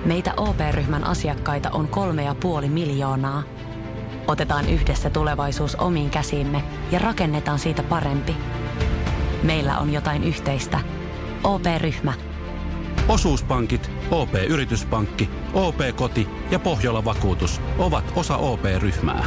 Meitä OP-ryhmän asiakkaita on 3,5 miljoonaa. Otetaan yhdessä tulevaisuus omiin käsiimme ja rakennetaan siitä parempi. Meillä on jotain yhteistä. OP-ryhmä. Osuuspankit, OP-yrityspankki, OP-koti ja Pohjola-vakuutus ovat osa OP-ryhmää.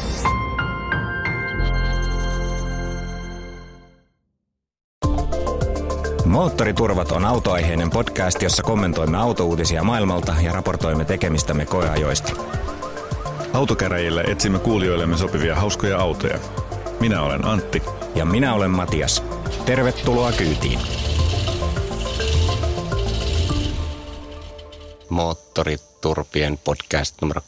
Moottoriturvat on autoaiheinen podcast, jossa kommentoimme autouutisia maailmalta ja raportoimme tekemistämme koeajoista. Autokäräjillä etsimme kuulijoillemme sopivia hauskoja autoja. Minä olen Antti. Ja minä olen Matias. Tervetuloa kyytiin. Moottoriturpien podcast numero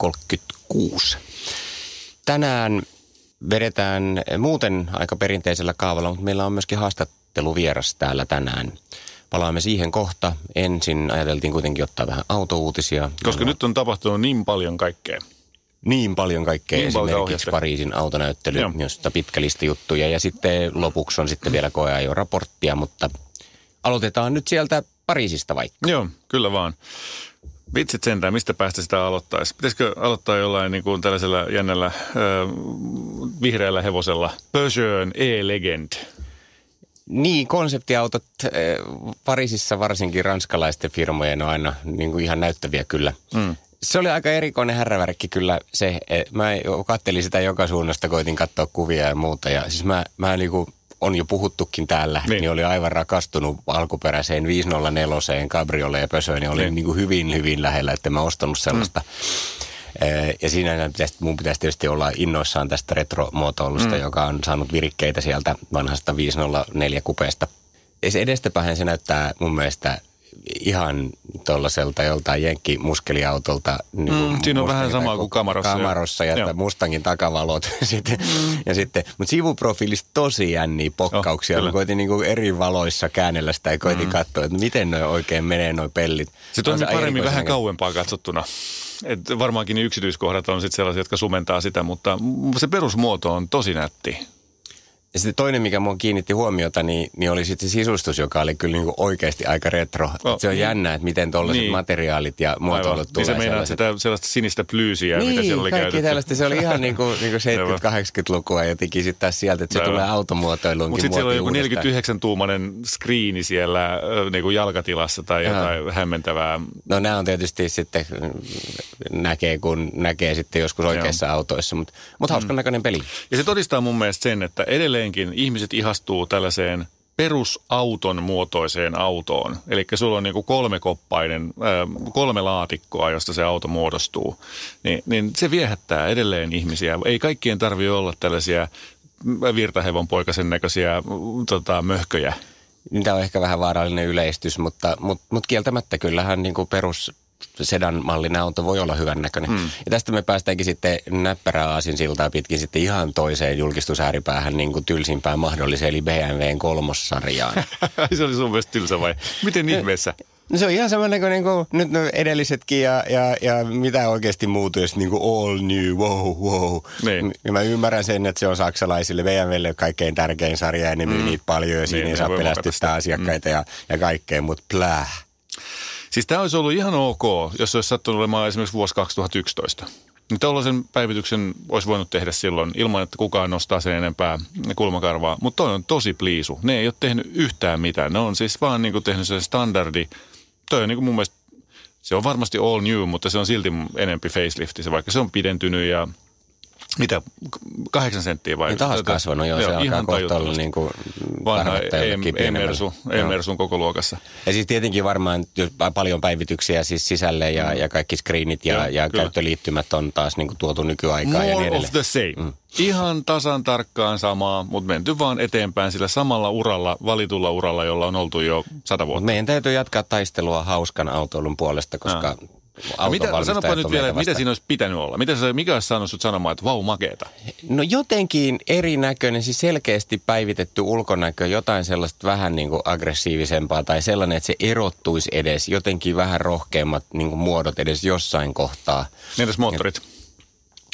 36. Tänään vedetään muuten aika perinteisellä kaavalla, mutta meillä on myöskin haastatteluvieras täällä tänään. Palaamme siihen kohta. Ensin ajateltiin kuitenkin ottaa vähän autouutisia. Koska nyt on tapahtunut niin paljon kaikkea. Niin paljon kaikkea. Niin esimerkiksi Pariisin autonäyttely, josta pitkä lista juttuja. Ja sitten lopuksi on sitten vielä koeajoraporttia, mutta aloitetaan nyt sieltä Pariisista vaikka. Joo, kyllä vaan. Vitsit sentään, mistä päästä sitä aloittaisi? Pitäisikö aloittaa jollain niin kuin tällaisella jännällä vihreällä hevosella? Peugeot E-Legend. Niin, konseptiautot Pariisissa varsinkin ranskalaisten firmojen on aina niin kuin ihan näyttäviä kyllä. Se oli aika erikoinen härrävärkki kyllä se. Mä kattelin sitä joka suunnasta, koitin katsoa kuvia ja muuta. Ja siis mä niinku, on jo puhuttukin täällä, niin oli aivan rakastunut alkuperäiseen 504 Cabriolet ja Peugeot, niin oli niinku hyvin lähellä, että mä ostanut sellaista. Ja siinä mun pitäisi tietysti olla innoissaan tästä retromuotoilusta, joka on saanut virikkeitä sieltä vanhasta 504 kupeesta. Ja se edestäpäin se näyttää mun mielestä ihan tuollaiselta joltain jenkkimuskeliautolta. Niin siinä on vähän samaa kuin Camarossa. Ja Mustangin takavalot. Mutta sivuprofiilista tosi jänniä pokkauksia. Mä koitin niinku eri valoissa käännellä sitä ja koitin katsoa, että miten noi oikein menee noi pellit. Se toimii paremmin vähän kauempaa katsottuna. Et varmaankin yksityiskohdat on sitten sellaisia, jotka sumentaa sitä, mutta se perusmuoto on tosi nätti. Ja sitten toinen, mikä mua kiinnitti huomiota, niin oli sitten se sisustus, joka oli kyllä niinku oikeasti aika retro. Se on jännä, että miten tuollaiset materiaalit ja muotoilut tulee. Niin sä meinaat sitä sellaista sinistä plyysiä, mitä siellä oli käytetty. Niin, kaikki tällaista. Se oli ihan niin kuin 70-80-lukua jotenkin sitten taas sieltä, että se tulee automuotoiluunkin. Mutta sitten siellä on joku 49-tuumainen screeni siellä niin kuin jalkatilassa tai jotain hämmentävää. No nämä on tietysti sitten kun näkee sitten joskus oikeissa autoissa, mutta hauskan näköinen peli. Ja se todistaa mun mielestä sen, että edelleen ihmiset ihastuu tällaiseen perusauton muotoiseen autoon. Eli sulla on niin kuin kolmekoppainen, 3 laatikkoa, josta se auto muodostuu. Niin se viehättää edelleen ihmisiä. Ei kaikkien tarvitse olla tällaisia virtahevonpoikasen näköisiä möhköjä. Tämä on ehkä vähän vaarallinen yleistys, mutta kieltämättä kyllähän niin kuin sedan-mallinen auto voi olla hyvän näköinen. Ja tästä me päästäänkin sitten näppärää aasinsiltaa pitkin sitten ihan toiseen julkistusääripäähän niin kuin tylsimpään mahdolliseen, eli BMWn 3-sarjaan. Se oli sun mielestä tylsä vai? Miten ihmeessä? No se on ihan semmoinen kuin nyt edellisetkin ja mitä oikeasti muutu, jos niin kuin all new, wow. Niin. Ja mä ymmärrän sen, että se on saksalaisille BMWlle kaikkein tärkein sarja ja ne myy niitä paljon ja siinä ei saa pelästyttää asiakkaita ja kaikkea, mutta pläh. Siis tämä olisi ollut ihan ok, jos se olisi sattunut olemaan esimerkiksi vuosi 2011. Niin tällaisen päivityksen olisi voinut tehdä silloin ilman, että kukaan nostaa sen enempää kulmakarvaa. Mutta toi on tosi pliisu. Ne ei ole tehnyt yhtään mitään. Ne on siis vaan niinku tehnyt se standardi. Toi on niinku mun mielestä, se on varmasti all new, mutta se on silti enempi facelifti. Vaikka se on pidentynyt ja mitä, 8 senttiä vai? Niin taas kasvanut, joo, se alkaa kohta olla niin kuin vanha E-Mersun koko luokassa. Ja siis tietenkin varmaan paljon päivityksiä siis sisälle ja kaikki screenit ja käyttöliittymät on taas niin kuin tuotu nykyaikaan ja niin edelleen. More of the same. Ihan tasan tarkkaan samaa, mutta menty vaan eteenpäin sillä samalla uralla, valitulla uralla, jolla on oltu jo 100 vuotta. Meidän täytyy jatkaa taistelua hauskan autoilun puolesta, koska sanopa nyt vielä, että mitä siinä olisi pitänyt olla? Mikä olisi saanut sut sanomaan, että vau, makeeta? No jotenkin erinäköinen, siis selkeästi päivitetty ulkonäkö, jotain sellaista vähän niin kuin aggressiivisempaa tai sellainen, että se erottuisi edes, jotenkin vähän rohkeammat niin kuin muodot edes jossain kohtaa. Entäs moottorit?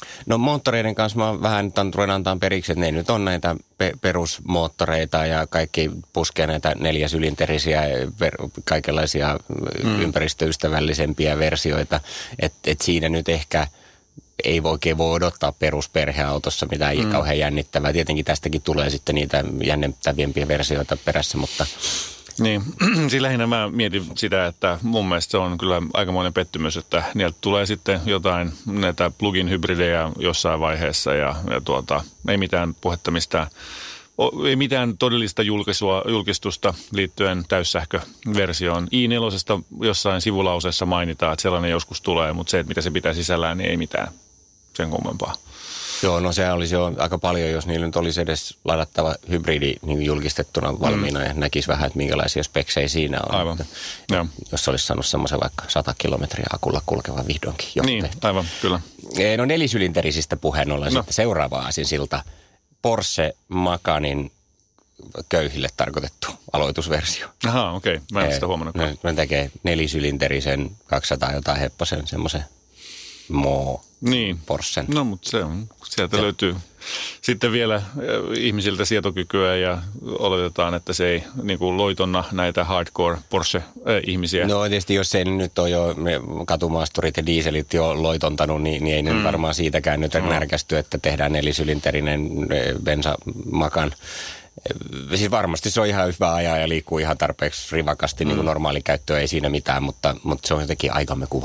No moottoreiden kanssa mä vähän tulen antaa periksi, että ne nyt on näitä perusmoottoreita ja kaikki puskee näitä 4-sylinterisiä, kaikenlaisia ympäristöystävällisempiä versioita. Et siinä nyt ehkä ei oikein voi odottaa perusperheautossa mitään kauhean jännittävää. Tietenkin tästäkin tulee sitten niitä jännittäviempiä versioita perässä, mutta... Niin, siis lähinnä mä mietin sitä, että mun mielestä se on kyllä aikamoinen pettymys, että niiltä tulee sitten jotain näitä plug-in hybridejä jossain vaiheessa ja ei mitään puhetta mistään, ei mitään todellista julkistusta liittyen täyssähköversioon. i4 jossain sivulauseessa mainitaan, että sellainen joskus tulee, mutta se, että mitä se pitää sisällään, niin ei mitään sen kummempaa. Joo, no se olisi jo aika paljon, jos niillä nyt olisi edes ladattava hybridi niin julkistettuna valmiina ja näkisi vähän, että minkälaisia speksejä siinä on. Aivan, jos olisi saanut semmoisen vaikka 100 kilometriä akulla kulkeva vihdoinkin johteen. Niin, aivan, kyllä. No 4-sylinterisistä puheen ollen sitten seuraava aasinsilta. Porsche Macanin köyhille tarkoitettu aloitusversio. Ahaa, okei. Mä en sitä huomannutkaan. Ne tekee 4-sylinterisen 200 jotain hepposen semmoisen Porschen. No, mutta sieltä löytyy sitten vielä ihmisiltä sietokykyä ja oletetaan, että se ei niin kuin loitonna näitä hardcore Porsche-ihmisiä. No tietysti, jos ei nyt ole jo katumaasturit ja dieselit jo loitontanut, niin ei nyt varmaan siitäkään nyt närkästy, että tehdään 4-sylinterinen bensamakan. Siis varmasti se on ihan hyvä ajaa ja liikkuu ihan tarpeeksi rivakasti, niin kuin normaali käyttö ei siinä mitään, mutta se on jotenkin aikamme kuva.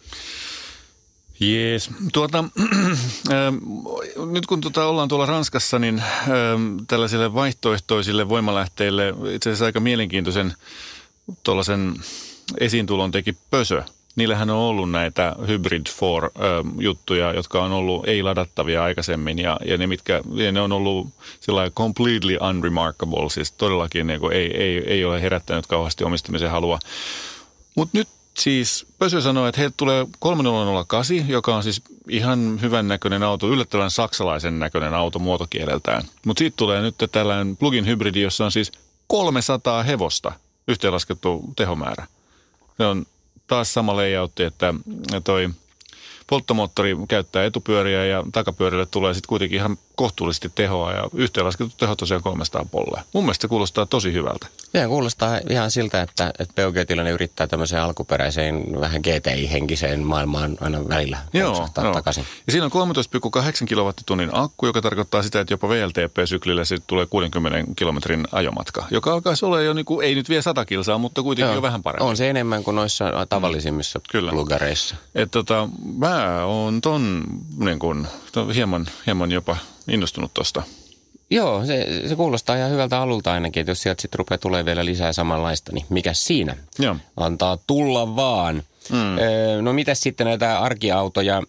Jees. Nyt kun ollaan tuolla Ranskassa, niin tällaisille vaihtoehtoisille voimalähteille itse asiassa aika mielenkiintoisen tuollaisen esiintulon teki Peugeot. Niillähän on ollut näitä Hybrid 4-juttuja, jotka on ollut ei-ladattavia aikaisemmin ja ne on ollut sellainen completely unremarkable, siis todellakin niin kuin ei ole herättänyt kauheasti omistamisen halua. Mutta nyt siis Peugeot sanoo, että heiltä tulee 3008, joka on siis ihan hyvän näköinen auto, yllättävän saksalaisen näköinen auto muotokieleltään. Mutta siitä tulee nyt tällainen plug-in hybridi, jossa on siis 300 hevosta yhteenlaskettu tehomäärä. Se on taas sama layoutti, että toi polttomoottori käyttää etupyöriä ja takapyörille tulee sitten kuitenkin ihan kohtuullisesti tehoa ja yhteenlaskettu teho tosiaan 300 pollea. Mun mielestä se kuulostaa tosi hyvältä. Ja kuulostaa ihan siltä, että Peugeotilla yrittää tämmöiseen alkuperäiseen vähän GTI-henkiseen maailmaan aina välillä takaisin. Ja siinä on 13,8 kilowattitunnin akku, joka tarkoittaa sitä, että jopa VLTP-syklillä se tulee 60 kilometrin ajomatka, joka alkaisi olla jo, niin kuin, ei nyt vielä 100 kilsaa, mutta kuitenkin jo vähän paremmin. On se enemmän kuin noissa tavallisimmissa plugareissa. Mä oon ton niin kun, hieman jopa innostunut tosta. Joo, se kuulostaa ihan hyvältä alulta ainakin, että jos sieltä sitten rupeaa tulemaan vielä lisää samanlaista, niin mikä siinä? Joo. Antaa tulla vaan. No mitäs sitten näitä arkiautoja,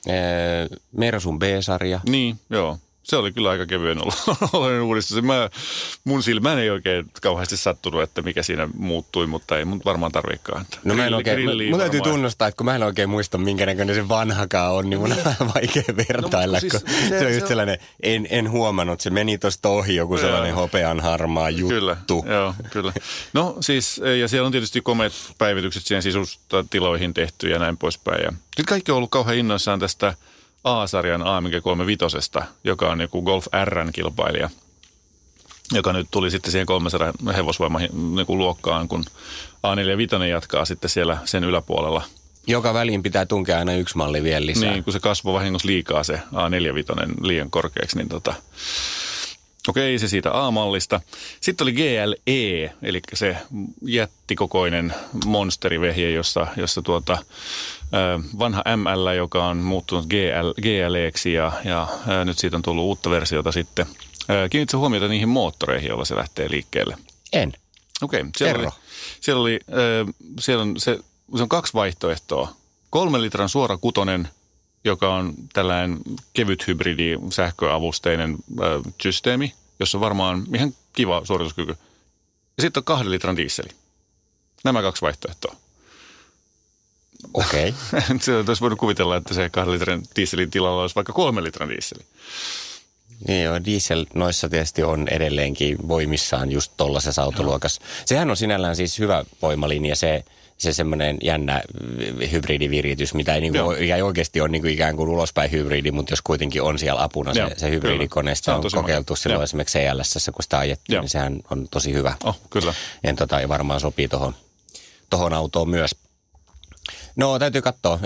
Mersun B-sarja? Niin, joo. Se oli kyllä aika kevyen oloinen uudistus. Mun silmään ei oikein kauheasti sattunut, että mikä siinä muuttui, mutta ei mun varmaan tarvikaan. No mun täytyy tunnustaa, että kun mä en oikein muista, minkä näköinen se vanhakaan on, niin mun on vähän vaikea vertailla. No, siis se on just sellainen, en huomannut, se meni tosta ohi joku sellainen hopean harmaa juttu. Kyllä, joo, kyllä. No siis, ja siellä on tietysti komeat päivitykset siihen sisustatiloihin tehty ja näin poispäin. Ja sitten kaikki on ollut kauhean innoissaan tästä A-sarjan AMG 35, joka on joku Golf R:n kilpailija, joka nyt tuli sitten siihen 300 hevosvoiman luokkaan, kun A45 jatkaa sitten siellä sen yläpuolella. Joka väliin pitää tunkea aina yksi malli vielä lisää. Niin, kun se kasvoi vahingossa liikaa se A45 liian korkeaksi, niin okei, se siitä A-mallista. Sitten oli GLE, eli se jättikokoinen monsterivehje, jossa vanha ML, joka on muuttunut GLEksi ja nyt siitä on tullut uutta versiota sitten. Kiinnitkö huomiota niihin moottoreihin, joilla se lähtee liikkeelle? En. Okei, se on 2 vaihtoehtoa. 3 litran suora kutonen, joka on tällainen kevyt hybridi sähköavusteinen systeemi, jossa on varmaan ihan kiva suorituskyky. Ja sitten on 2 litran dieseli. Nämä 2 vaihtoehtoa. Okei. Se olisi voinut kuvitella, että se 2 litran dieselin tilalla olisi vaikka 3 litran dieseli. Niin joo, diesel noissa tietysti on edelleenkin voimissaan just tollaisessa autoluokassa. Sehän on sinällään siis hyvä voimalinja, se semmoinen jännä hybridiviritys, mitä ei oikeasti ole niin kuin ikään kuin ulospäin hybridi, mutta jos kuitenkin on siellä apuna se hybridikoneisto on kokeiltu silloin esimerkiksi CLS:ssä, kun sitä ajettiin, niin sehän on tosi hyvä. Kyllä. Ja varmaan sopii tohon autoon myös. No täytyy katsoa,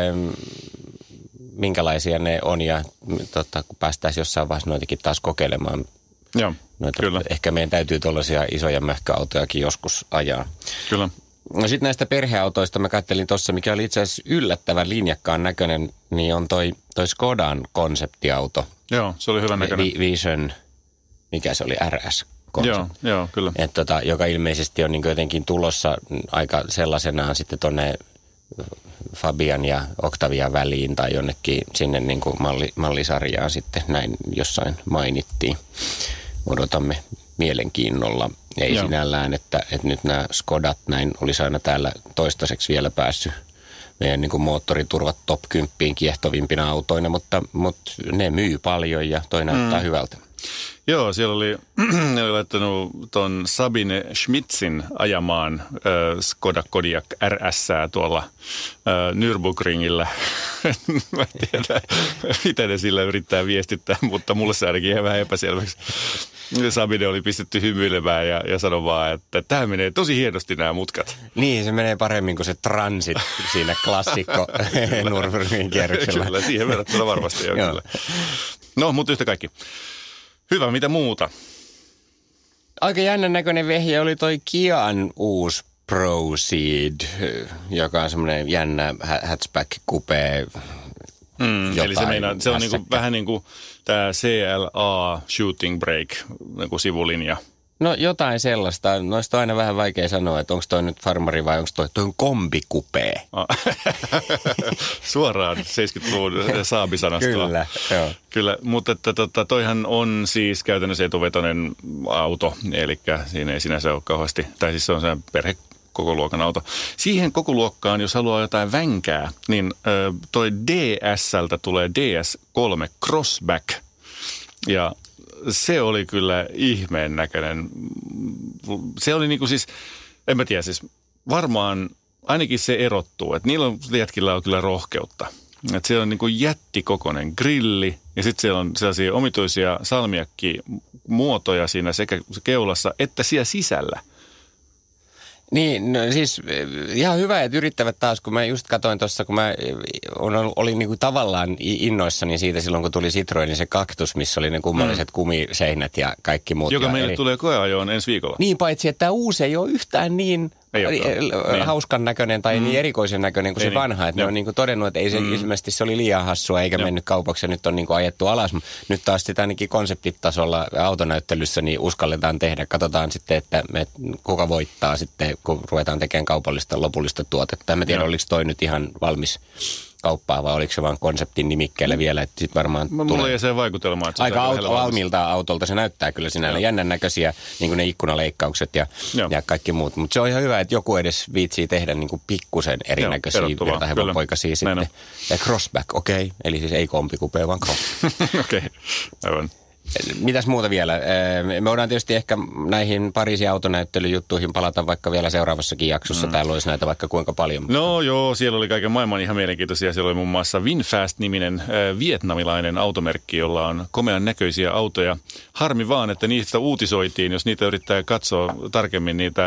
minkälaisia ne on ja kun päästäisiin jossain vaiheessa noitakin taas kokeilemaan. Joo, kyllä. Ehkä meidän täytyy tuollaisia isoja möhköautojakin joskus ajaa. Kyllä. No sitten näistä perheautoista mä kattelin tuossa, mikä oli itse asiassa yllättävän linjakkaan näköinen, niin on toi Skodan konseptiauto. Joo, se oli hyvän näköinen. Vision, mikä se oli, RS-konsepti. Joo, kyllä. Joka ilmeisesti on niin jotenkin tulossa aika sellaisenaan sitten tuonne Fabian ja Octavian väliin tai jonnekin sinne niin kuin mallisarjaan sitten näin jossain mainittiin. Odotamme mielenkiinnolla. Ei sinällään, että nyt nämä Skodat näin olisi aina täällä toistaiseksi vielä päässyt meidän niin kuin moottoriturvat top 10 kiehtovimpina autoina, mutta ne myy paljon ja toi näyttää hyvältä. Joo, siellä oli laittanut ton Sabine Schmitzin ajamaan Skoda Kodiaq RS:ää tuolla Nürburgringillä. Mä en tiedä, mitä ne sillä yrittää viestittää, mutta mulle se ainakin ihan vähän epäselväksi. Sabine oli pistetty hymyilemään ja sanoi vaan, että tämä menee tosi hienosti nämä mutkat. Niin, se menee paremmin kuin se Transit siinä klassikko Nürburgringin kierroksella. Kyllä, siihen verrattuna varmasti jo kyllä. No, mutta yhtä kaikki. Hyvä, mitä muuta? Aika jännän näköinen vehje oli toi Kian uusi Proceed, joka on semmoinen jännä hatchback-coupe. Eli se on niinku, vähän niin kuin tämä CLA Shooting Brake niinku sivulinja. No jotain sellaista. Noista on aina vähän vaikea sanoa, että onko toi nyt farmari vai onko toi on kombikupee. Suoraan 70-luvun Saabi-sanastoa. Kyllä, joo. Kyllä, mutta että toihan on siis käytännössä etuvetoinen auto, eli siinä ei sinänsä ole kauheasti, tai siis se on se perhekokoluokan auto. Siihen kokoluokkaan, jos haluaa jotain vänkää, niin toi DS:ltä tulee DS3 Crossback, ja se oli kyllä ihmeen näköinen. Se oli niinku siis, en mä tiedä siis, varmaan ainakin se erottuu, että niillä jätkillä on kyllä rohkeutta. Että siellä on niinku jättikokoinen grilli ja sitten siellä on sellaisia omituisia salmiakkimuotoja siinä sekä keulassa että siellä sisällä. Niin, no siis ihan hyvä, että yrittävät taas, kun mä just katsoin tuossa, kun mä olin niinku tavallaan innoissani siitä silloin, kun tuli Citroenin se Cactus, missä oli ne kummalliset kumiseinät ja kaikki muut. Joka meille tulee koeajoon ensi viikolla. Niin, paitsi että tämä uusi ei ole yhtään niin hauskan näköinen tai niin erikoisen näköinen kuin se vanha. Että ne on niinku todennut, että ei se ilmeisesti se oli liian hassua eikä mennyt kaupaksi ja nyt on niinku ajettu alas. Nyt taas sitä ainakin konseptitasolla autonäyttelyssä niin uskalletaan tehdä. Katsotaan sitten, että kuka voittaa sitten, kun ruvetaan tekemään kaupallista lopullista tuotetta. En tiedä, oliko toi nyt ihan valmis kauppaa vai oliko se vaan konseptin nimikkeellä vielä, että sitten varmaan mulla ei se vaikutelma, että se aika valmiilta autolta se näyttää kyllä sinällä jännän näköisiä, niin kuin ne ikkunaleikkaukset ja kaikki muut. Mutta se on ihan hyvä, että joku edes viitsii tehdä niin kuin pikkusen erinäköisiä virtahevopoikasia sitten. Ja Crossback, okei. Eli siis ei kombikupea, vaan crossback. Okei, aivan. Mitäs muuta vielä? Me voidaan tietysti ehkä näihin Pariisin autonäyttelyjuttuihin palata vaikka vielä seuraavassakin jaksossa. Täällä olisi näitä vaikka kuinka paljon. No joo, siellä oli kaiken maailman ihan mielenkiintoisia. Siellä oli muun muassa Winfast-niminen vietnamilainen automerkki, jolla on komean näköisiä autoja. Harmi vaan, että niistä uutisoitiin, jos niitä yrittää katsoa tarkemmin niitä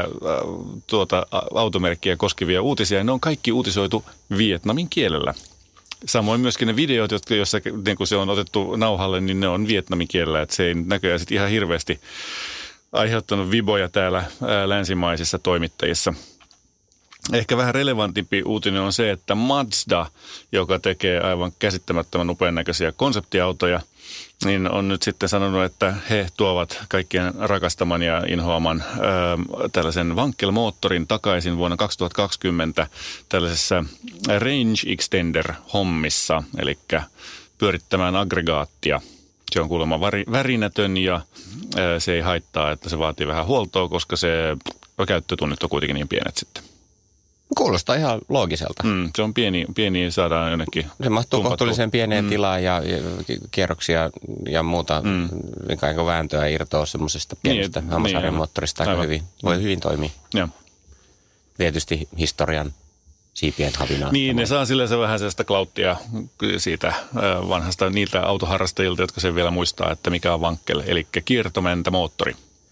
automerkkiä koskevia uutisia. Ne on kaikki uutisoitu vietnamin kielellä. Samoin myöskin ne videot, joissa niin kun se on otettu nauhalle, niin ne on vietnamin kielellä, että se ei näköjään sitten ihan hirveästi aiheuttanut viboja täällä länsimaisissa toimittajissa. Ehkä vähän relevantimpi uutinen on se, että Mazda, joka tekee aivan käsittämättömän upean näköisiä konseptiautoja, niin on nyt sitten sanonut, että he tuovat kaikkien rakastaman ja inhoaman tällaisen vankelmoottorin takaisin vuonna 2020 tällaisessa range extender-hommissa, eli pyörittämään aggregaattia. Se on kuulemma värinätön ja se ei haittaa, että se vaatii vähän huoltoa, koska se käyttötunnit on kuitenkin niin pienet sitten. Kuulostaa ihan loogiselta. Se on pieni saadaan jonnekin. Se mahtuu kohtuulliseen pieneen tilaan ja kierroksia ja muuta, mikä vääntöä irtoaa semmoisesta pienestä hammasarjan moottorista aika hyvin. Voi hyvin toimia. Joo. Tietysti historian siipien havinaa. Niin, ne saa silleen vähän sellaista klauttia siitä vanhasta niiltä autoharrastajilta, jotka sen vielä muistaa, että mikä on vankkel, eli kiertomäntämoottori.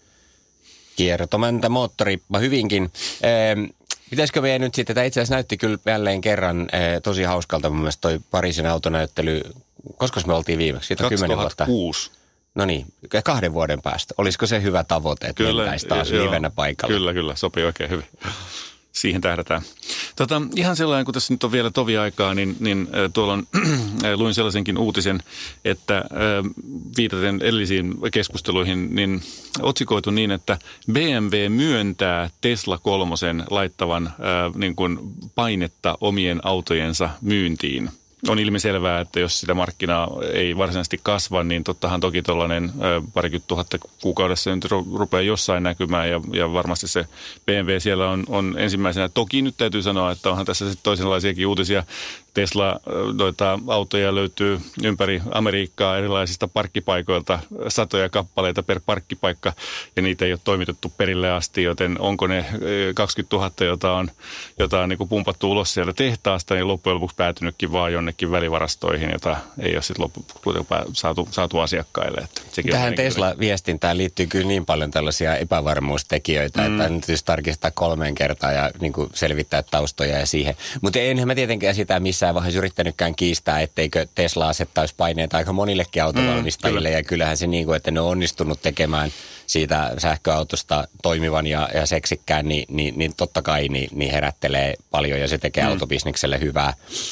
Kiertomäntämoottori, hyvinkin. Pitäisikö meidän nyt sitten, tämä itse asiassa näytti kyllä jälleen kerran tosi hauskalta mun mielestä toi Pariisin autonäyttely. Koska me oltiin viimeksi? Siitä 10 vuotta. 2006. No niin, 2 vuoden päästä. Olisiko se hyvä tavoite, että mentäisiin taas livenä paikalla? Kyllä, sopii oikein hyvin. Siihen tähdätään. Ihan sellainen, kun tässä nyt on vielä tovi aikaa, niin tuolla on, luin sellaisenkin uutisen, että viitaten edellisiin keskusteluihin, niin otsikoitu niin, että BMW myöntää Tesla 3 laittavan niin kuin painetta omien autojensa myyntiin. On ilmiselvää, että jos sitä markkinaa ei varsinaisesti kasva, niin tottahan toki tuollainen 20 000 kuukaudessa nyt rupeaa jossain näkymään ja varmasti se BMW siellä on ensimmäisenä. Toki nyt täytyy sanoa, että onhan tässä sitten toisenlaisiakin uutisia. Tesla autoja löytyy ympäri Amerikkaa erilaisista parkkipaikoilta, satoja kappaleita per parkkipaikka ja niitä ei ole toimitettu perille asti, joten onko ne 20 000, jota on niin kuin pumpattu ulos sieltä tehtaasta, niin loppujen lopuksi päätynytkin vaan jonnekin välivarastoihin, jota ei ole sitten loppujen saatu asiakkaille. Että tähän Tesla-viestintään liittyy kyllä niin paljon tällaisia epävarmuustekijöitä, että nyt täytyisi tarkistaa 3 kertaa ja niin kuin selvittää taustoja ja siihen. Mutta enhän mä tietenkään sitä missään vaiheessa yrittänytkään kiistää, etteikö Tesla asettaisi paineita aika monillekin autovalmistajille. Ja kyllähän se niin kuin, että ne on onnistunut tekemään siitä sähköautosta toimivan ja seksikkään, niin totta kai niin herättelee paljon ja se tekee autobisnekselle hyvää.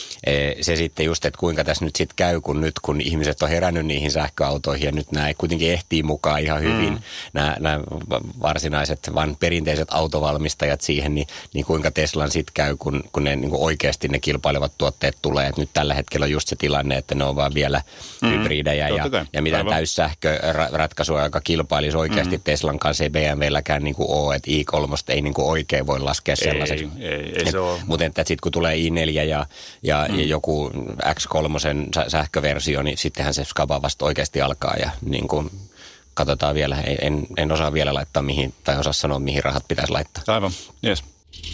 Se sitten just, että kuinka tässä nyt sitten käy, kun ihmiset on herännyt niihin sähköautoihin ja nyt nämä kuitenkin ehtii mukaan ihan hyvin, nämä varsinaiset, vaan perinteiset autovalmistajat siihen, niin kuinka Teslan sitten käy, kun ne niin kuin oikeasti ne kilpailevat tuotteet tulee. Et nyt tällä hetkellä on just se tilanne, että ne on vaan vielä hybridejä ja mitään täyssähköratkaisua, joka kilpailisi oikeasti Teslan kanssa, ei BMWlläkään niin kuin ole, että i3 ei niin kuin oikein voi laskea sellaiseksi. Ei se ole. Mutta sitten kun tulee i4 ja joku X3 sähköversio, niin sittenhän se skaba vasta oikeasti alkaa ja niin kuin katsotaan vielä. En osaa vielä laittaa mihin, tai osaa sanoa mihin rahat pitäisi laittaa. Aivan, jes.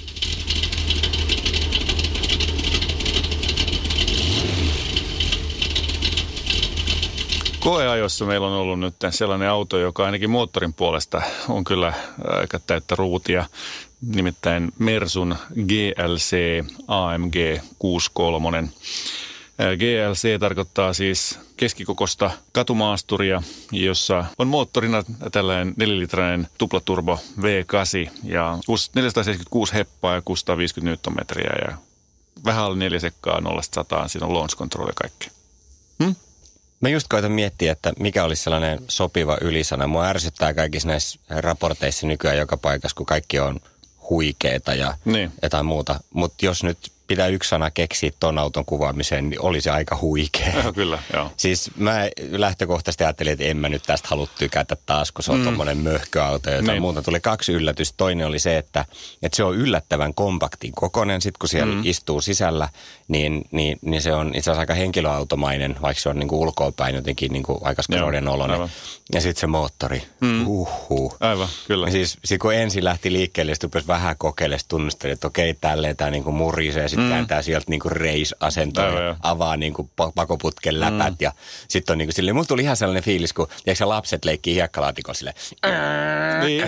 Koeajossa meillä on ollut nyt sellainen auto, joka ainakin moottorin puolesta on kyllä aika täyttä ruutia. Nimittäin Mersun GLC AMG 63. GLC tarkoittaa siis keskikokoista katumaasturia, jossa on moottorina tällainen 4-litrainen tuplaturbo V8 ja 476 heppaa ja 650 Nm ja vähän alle 4 sekkaa 0-100. Siinä on launch control ja kaikkea. Mä just koitan miettiä, että mikä olisi sellainen sopiva ylisana. Mua ärsyttää kaikissa näissä raporteissa nykyään joka paikassa, kun kaikki on huikeeta ja jotain muuta. Mutta jos nyt pitää yksi sana keksiä ton auton kuvaamiseen, niin oli se aika huikea. Kyllä, joo. Siis mä lähtökohtaisesti ajattelin, että en mä nyt tästä halua tykätä taas, kun se on tommonen möhköauto ja jotain muuta. Tuli 2 yllätystä. Toinen oli se, että se on yllättävän kompaktin kokoinen. Sitten kun siellä istuu sisällä, niin se on itse asiassa aika henkilöautomainen, vaikka se on niinku ulkoapäin jotenkin niinku aika skroiden oloinen. Ja sitten se moottori. Aivan, kyllä. Ja siis kun ensin lähti liikkeelle, sitten rupesi vähän kokeilemaan, tunnusteli, että okei, tälleen tämä niinku murisee. Sitten kääntää sieltä niinku race-asentoa ja avaa niinku pakoputken läpät. Ja sitten on niinku silleen, mulla tuli ihan sellainen fiilis, kun tiedätkö, lapset leikkii hiekkalaatikolla silleen. Niin.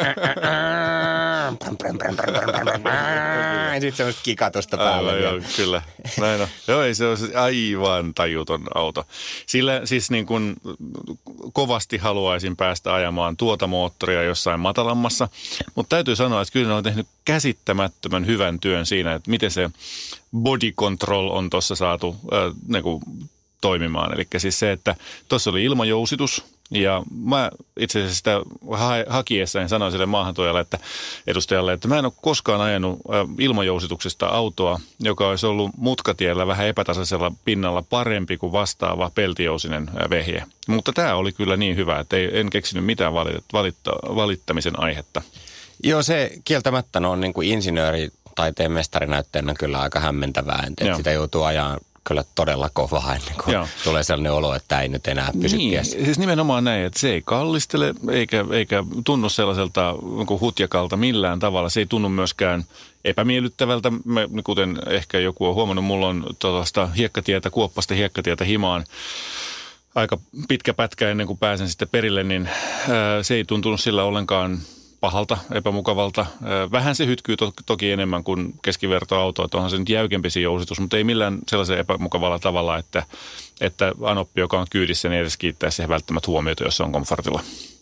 Ja sitten semmoista kikatusta päällä. Joo, kyllä. Näin on. Joo, ei se ole aivan tajuton auto. Sillä siis niin kuin kovasti haluaisin päästä ajamaan tuota moottoria jossain matalammassa. Mutta täytyy sanoa, että kyllä ne on tehnyt käsittämättömän hyvän työn siinä, että miten se body control on tuossa saatu toimimaan. Eli siis se, että tuossa oli ilmajousitus. Ja mä itse asiassa sitä hakiessani sanoin sille maahantuojalle, edustajalle, että mä en ole koskaan ajanut ilmajousituksesta autoa, joka olisi ollut mutkatiellä vähän epätasaisella pinnalla parempi kuin vastaava peltijousinen vehje. Mutta tämä oli kyllä niin hyvä, että en keksinyt mitään valittamisen aihetta. Joo, se kieltämättä on niin kuin insinööri taiteen mestarinäytteenä kyllä aika hämmentävää, että sitä joutuu ajaa kyllä todella kovaa ennen kuin tulee sellainen olo, että ei nyt enää pysy tiessä. Siis nimenomaan näin, että se ei kallistele eikä tunnu sellaiselta hutjakalta millään tavalla. Se ei tunnu myöskään epämiellyttävältä, kuten ehkä joku on huomannut. Mulla on tuollaista kuoppasta hiekkatietä himaan aika pitkä pätkä ennen kuin pääsen sitten perille, niin se ei tuntunut sillä ollenkaan pahalta, epämukavalta. Vähän se hytkyy toki enemmän kuin keskivertoauto, että onhan se nyt jäykempi se jousitus, mutta ei millään sellaisen epämukavalla tavalla, että anoppi, joka on kyydissä, niin edes kiittäisi siihen välttämättä huomiota, jos se on komfortilla.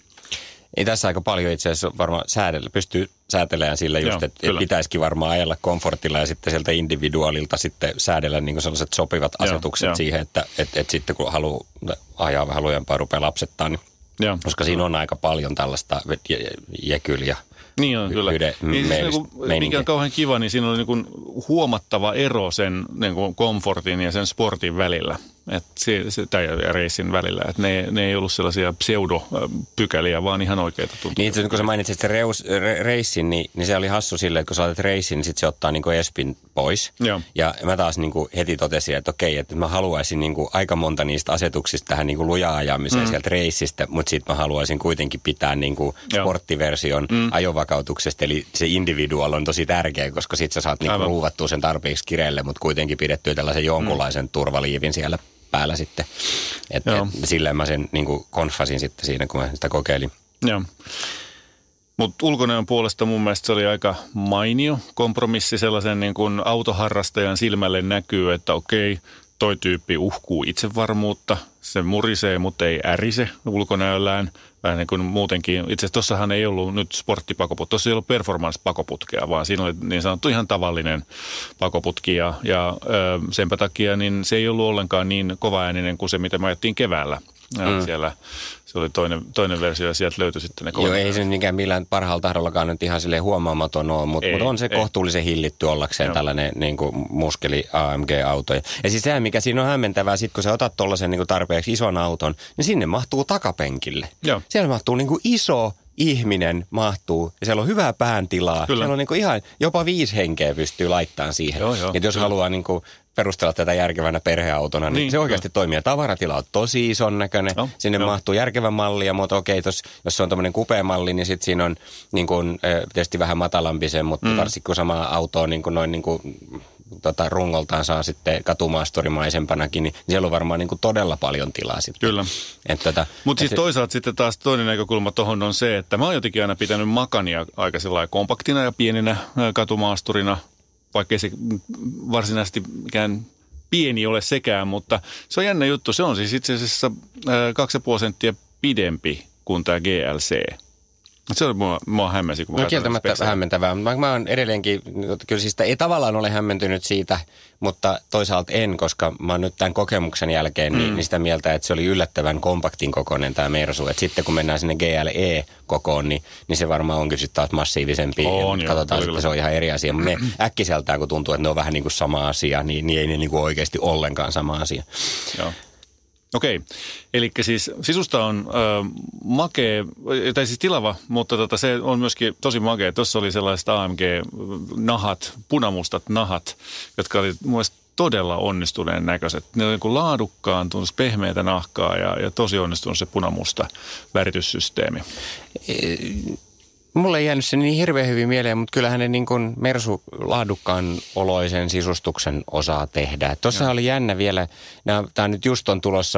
Ei tässä aika paljon itse asiassa varmaan pystyy säätelemään sillä just, että pitäisikin varmaan ajella komfortilla ja sitten sieltä individuaalilta sitten säädellä niin kuin sellaiset sopivat asetukset siihen, että sitten kun haluaa ajaa vähän lujempaa, rupeaa lapsettaa, niin koska siinä on aika paljon tällaista jekyliä. Niin on, kyllä. Mikä on kauhean kiva, niin siinä on niin huomattava ero sen niin komfortin ja sen sportin välillä. Tai reissin välillä. Että ne ei ollut sellaisia pseudopykäliä, vaan ihan oikeita tuntuja. Niin, kun sä mainitsit sen reissin, niin se oli hassu silleen, että kun sä olet reissin, niin sitten se ottaa niin kuin espin pois. Joo. Ja mä taas niin kuin heti totesin, että okei, että mä haluaisin niin kuin aika monta niistä asetuksista tähän niin kuin lujaa ajamiseen sieltä reissistä, mutta sitten mä haluaisin kuitenkin pitää niin kuin sporttiversion ajovakautuksesta. Eli se individual on tosi tärkeä, koska sit sä saat niin kuin ruuvattua sen tarpeeksi kireelle, mutta kuitenkin pidettyä tällaisen jonkunlaisen turvaliivin siellä päällä sitten. Että silleen mä sen niin kuin konfasin sitten siinä, kun mä sitä kokeilin. Joo. Mutta ulkonäön puolesta mun mielestä se oli aika mainio kompromissi sellaisen niin kuin autoharrastajan silmälle näkyy, että okei, toi tyyppi uhkuu itsevarmuutta, se murisee, mutta ei ärise ulkonäöllään. Vähän niin kuin muutenkin, itse asiassa tossahan ei ollut nyt sporttipakoputki, tuossa ei ollut performance-pakoputkea, vaan siinä oli niin sanottu ihan tavallinen pakoputki ja senpä takia niin se ei ollut ollenkaan niin kovaääninen kuin se, mitä me ajettiin keväällä. Siellä se oli toinen versio ja sieltä löytyi sitten ne Joo, ei se mikään millään parhaalla tahdollakaan nyt ihan silleen huomaamaton ole, mutta on se kohtuullisen hillitty ollakseen tällainen niin kuin muskeli AMG-auto. Ja siis sehän, mikä siinä on hämmentävää, sit kun sä otat tollaisen niin kuin tarpeeksi ison auton, niin sinne mahtuu takapenkille. Joo. Siellä mahtuu niin kuin iso ihminen mahtuu ja siellä on hyvää pääntilaa. Kyllä. Siellä on niin kuin ihan jopa 5 henkeä pystyy laittamaan siihen. Joo, että jos haluaa niin kuin perustella tätä järkevänä perheautona, niin se oikeasti toimii. Ja tavaratila on tosi ison näköinen. Sinne mahtuu järkevä malli, mutta okei, jos se on tommoinen kupea-malli, niin sitten siinä on niin kuin, tietysti vähän matalampi se, mutta varsinkin kun sama auto on niin kuin noin niin kuin rungoltaan saa sitten katumaasturimaisempanakin, niin siellä on varmaan niin kuin todella paljon tilaa sitten. Kyllä. Mutta siis toisaalta sitten taas toinen näkökulma tuohon on se, että mä oon jotenkin aina pitänyt Macania aika sellainen kompaktina ja pieninä katumaasturina, vaikka ei se varsinaisesti mikään pieni ole sekään, mutta se on jännä juttu. Se on siis itse asiassa 2,5 senttiä pidempi kuin tämä GLC. Se on mua hämmensi, kun mä kieltämättä hämmentävää. Mä oon edelleenkin, kyllä siis ei tavallaan ole hämmentynyt siitä, mutta toisaalta en, koska mä oon nyt tämän kokemuksen jälkeen niin sitä mieltä, että se oli yllättävän kompaktin kokoinen tämä Mersu. Että sitten kun mennään sinne GLE-kokoon, niin se varmaan onkin sitten taas massiivisempi. Katsotaan, että se on ihan eri asia. Mutta ne äkkiseltään, kun tuntuu, että ne on vähän niin kuin sama asia, niin ei ne niin kuin oikeasti ollenkaan sama asia. Joo. Okei, eli siis sisusta on makea, tai siis tilava, mutta se on myöskin tosi makea. Tuossa oli sellaiset AMG-nahat, punamustat nahat, jotka oli mun mielestä todella onnistuneen näköiset. Ne oli niin laadukkaan, tuntuisi pehmeätä nahkaa ja tosi onnistunut se punamusta värityssysteemi. Mulle ei jäänyt se niin hirveän hyvin mieleen, mutta kyllähän ne niin kuin Mersu laadukkaan oloisen sisustuksen osaa tehdä. Tuossa oli jännä vielä, tämä nyt just on tulossa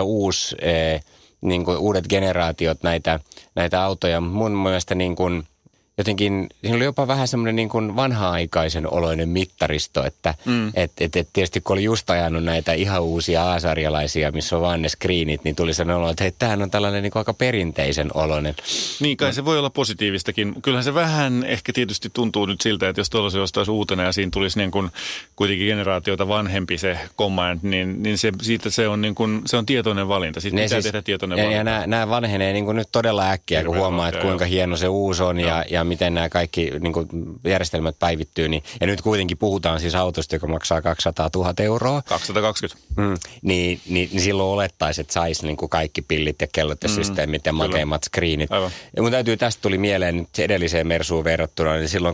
niin kuin uudet generaatiot näitä autoja. Mun mielestä niin kuin jotenkin, siinä oli jopa vähän semmoinen niin kuin vanha-aikaisen oloinen mittaristo, että tietysti kun oli just ajanut näitä ihan uusia A-sarjalaisia, missä on vaan ne screenit, niin tuli sellainen olo, että hei, tämähän on tällainen niin kuin aika perinteisen oloinen. Niin kai se voi olla positiivistakin. Kyllähän se vähän ehkä tietysti tuntuu nyt siltä, että jos tuollaisen ostaisi uutena ja siinä tulisi niin kuin kuitenkin generaatiota vanhempi se Command, niin se on niin kuin, se on tietoinen valinta. Siitä pitää tehdä tietoinen valinta. Ja nämä vanhenee niin kuin nyt todella äkkiä, kun huomaa, että kuinka hieno se uusi on ja miten nämä kaikki niin kuin järjestelmät päivittyy. Niin, ja nyt kuitenkin puhutaan siis autosta, joka maksaa 200 000 euroa. 220. Niin silloin olettaisiin, että saisi niin kuin kaikki pillit ja kellot ja systeemit ja makeimmat screenit. Ja mun täytyy, tästä tuli mieleen nyt edelliseen Mersuun verrattuna, niin silloin kun mä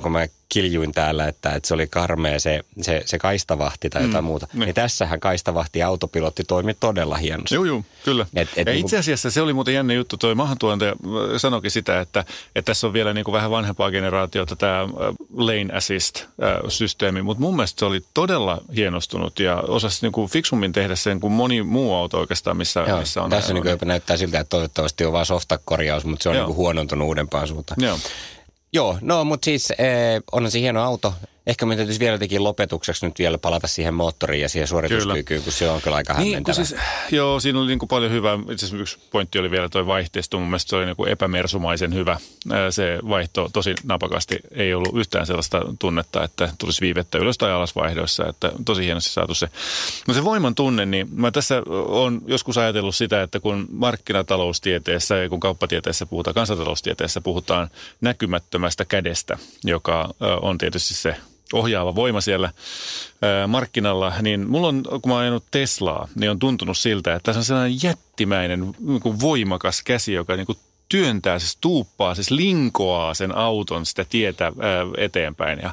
kiljuin täällä, että se oli karmea se kaistavahti tai jotain muuta. Niin tässähän kaistavahti ja autopilotti toimi todella hienosti. Joo, kyllä. Ja itse asiassa se oli muuten jännä juttu, toi maahantuontaja sanoikin sitä, että tässä on vielä niin kuin vähän vanhempaa generaatiota tämä lane assist-systeemi, mutta mun mielestä se oli todella hienostunut ja osasi niin kuin fiksummin tehdä sen kuin moni muu auto oikeastaan, missä on. Tässä niin kuin näyttää siltä, että toivottavasti on vaan softakorjaus, mutta se on niin kuin huonontunut uudempaan suuntaan. Joo, no mutta siis onhan se hieno auto. Ehkä me täytyisi vielä jotenkin lopetukseksi nyt vielä palata siihen moottoriin ja siihen suorituskykyyn, kun se on kyllä aika hämmentävä. Siis, joo, siinä oli niin kuin paljon hyvää. Itse asiassa yksi pointti oli vielä tuo vaihteisto. Mun mielestä se oli niin kuin epämersumaisen hyvä. Se vaihto tosi napakasti. Ei ollut yhtään sellaista tunnetta, että tulisi viivettä ylös tai alas vaihdoissa. Että tosi hienosti saatu se. No se voiman tunne, niin mä tässä olen joskus ajatellut sitä, että kun markkinataloustieteessä ja kun kauppatieteessä puhutaan, kansantaloustieteessä puhutaan näkymättömästä kädestä, joka on tietysti se ohjaava voima siellä markkinalla, niin mulla on, kun mä oon ajanut Teslaa, niin on tuntunut siltä, että tässä on sellainen jättimäinen niin kuin voimakas käsi, joka niin kuin työntää, siis tuuppaa, siis linkoaa sen auton sitä tietä eteenpäin. Ja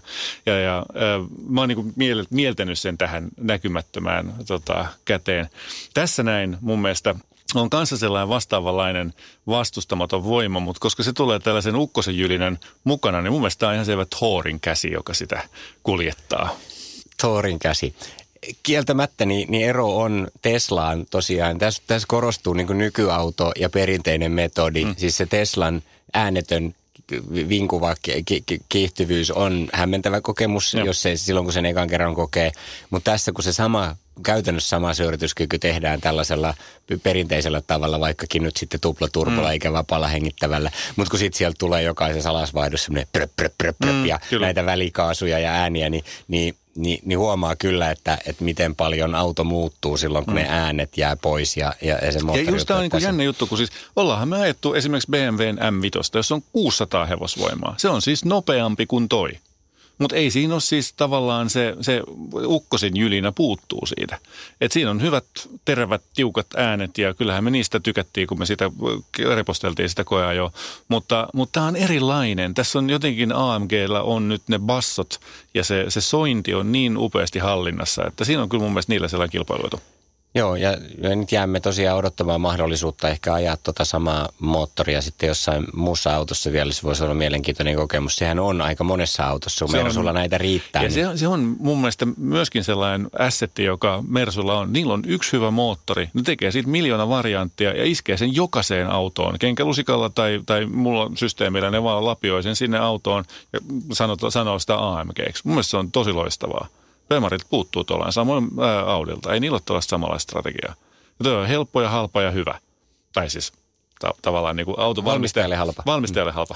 mä oon niin kuin mieltänyt sen tähän näkymättömään käteen. Tässä näin mun mielestä on kanssa sellainen vastaavanlainen vastustamaton voima, mutta koska se tulee tällaisen ukkosen jylinän mukana, niin mun mielestä tämä on ihan selvä Thorin käsi, joka sitä kuljettaa. Thorin käsi. Kieltämättä niin ero on Teslaan tosiaan. Tässä korostuu niin kuin nykyauto ja perinteinen metodi. Siis se Teslan äänetön vinkuva kiihtyvyys on hämmentävä kokemus, jos se silloin kun sen ekan kerran kokee. Mutta tässä kun se käytännössä sama suorituskyky tehdään tällaisella perinteisellä tavalla, vaikkakin nyt sitten tuplaturbolla eikä vapaalla hengittävällä. Mutta kun sitten sieltä tulee jokaisessa alasvaihdossa semmoinen pröp ja näitä välikaasuja ja ääniä, niin huomaa kyllä, että miten paljon auto muuttuu silloin, kun ne äänet jää pois ja se moottori. Ja just tämä on niin kuin jännä juttu, kun siis ollaanhan me ajettu esimerkiksi BMWn M5, jossa on 600 hevosvoimaa. Se on siis nopeampi kuin toi. Mutta ei siinä ole siis tavallaan se ukkosin jylinä puuttuu siitä. Et siinä on hyvät, terävät, tiukat äänet ja kyllähän me niistä tykättiin, kun me sitä reposteltiin sitä koeajoa. Mutta tämä on erilainen. Tässä on jotenkin AMG:llä on nyt ne bassot ja se sointi on niin upeasti hallinnassa, että siinä on kyllä mun mielestä niillä sellainen kilpailuetu. Joo, ja nyt jäämme tosiaan odottamaan mahdollisuutta ehkä ajaa samaa moottoria sitten jossain muussa autossa vielä. Se voisi olla mielenkiintoinen kokemus. Sehän on aika monessa autossa, kun Mersulla näitä riittää. Ja niin. se on mun mielestä myöskin sellainen assetti, joka Mersulla on. Niillä on yksi hyvä moottori. Ne tekee siitä 1,000,000 varianttia ja iskee sen jokaiseen autoon. Kenkälusikalla tai mulla on systeemillä, ne vaan lapioi sen sinne autoon ja sanoo sitä AMG:ksi. Mun mielestä se on tosi loistavaa. Bemarit puuttuu tuollain, samoin Audilta. Ei niillä ole tuollaista samanlaista strategiaa. Ja tuo on helppo ja halpa ja hyvä. Tai siis tavallaan niin kuin auton valmistajalle halpa. Valmistajalle halpa.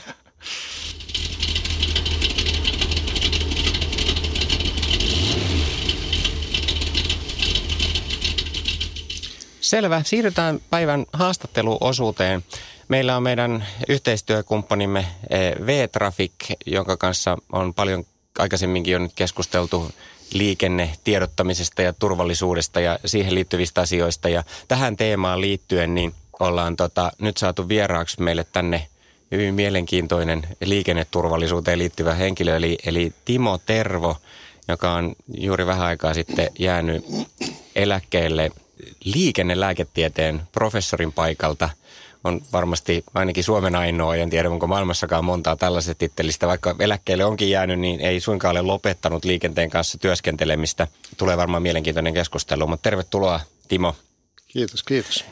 Selvä. Siirrytään päivän haastatteluosuuteen. Meillä on meidän yhteistyökumppanimme V-Traffic, jonka kanssa on paljon aikaisemminkin on nyt keskusteltu liikennetiedottamisesta ja turvallisuudesta ja siihen liittyvistä asioista. Ja tähän teemaan liittyen niin ollaan nyt saatu vieraaksi meille tänne hyvin mielenkiintoinen liikenneturvallisuuteen liittyvä henkilö, eli Timo Tervo, joka on juuri vähän aikaa sitten jäänyt eläkkeelle liikennelääketieteen professorin paikalta. On varmasti ainakin Suomen ainoa, en tiedä onko maailmassakaan montaa tällaisesta tittelistä. Vaikka eläkkeelle onkin jäänyt, niin ei suinkaan ole lopettanut liikenteen kanssa työskentelemistä. Tulee varmaan mielenkiintoinen keskustelu, mutta tervetuloa Timo. Kiitos.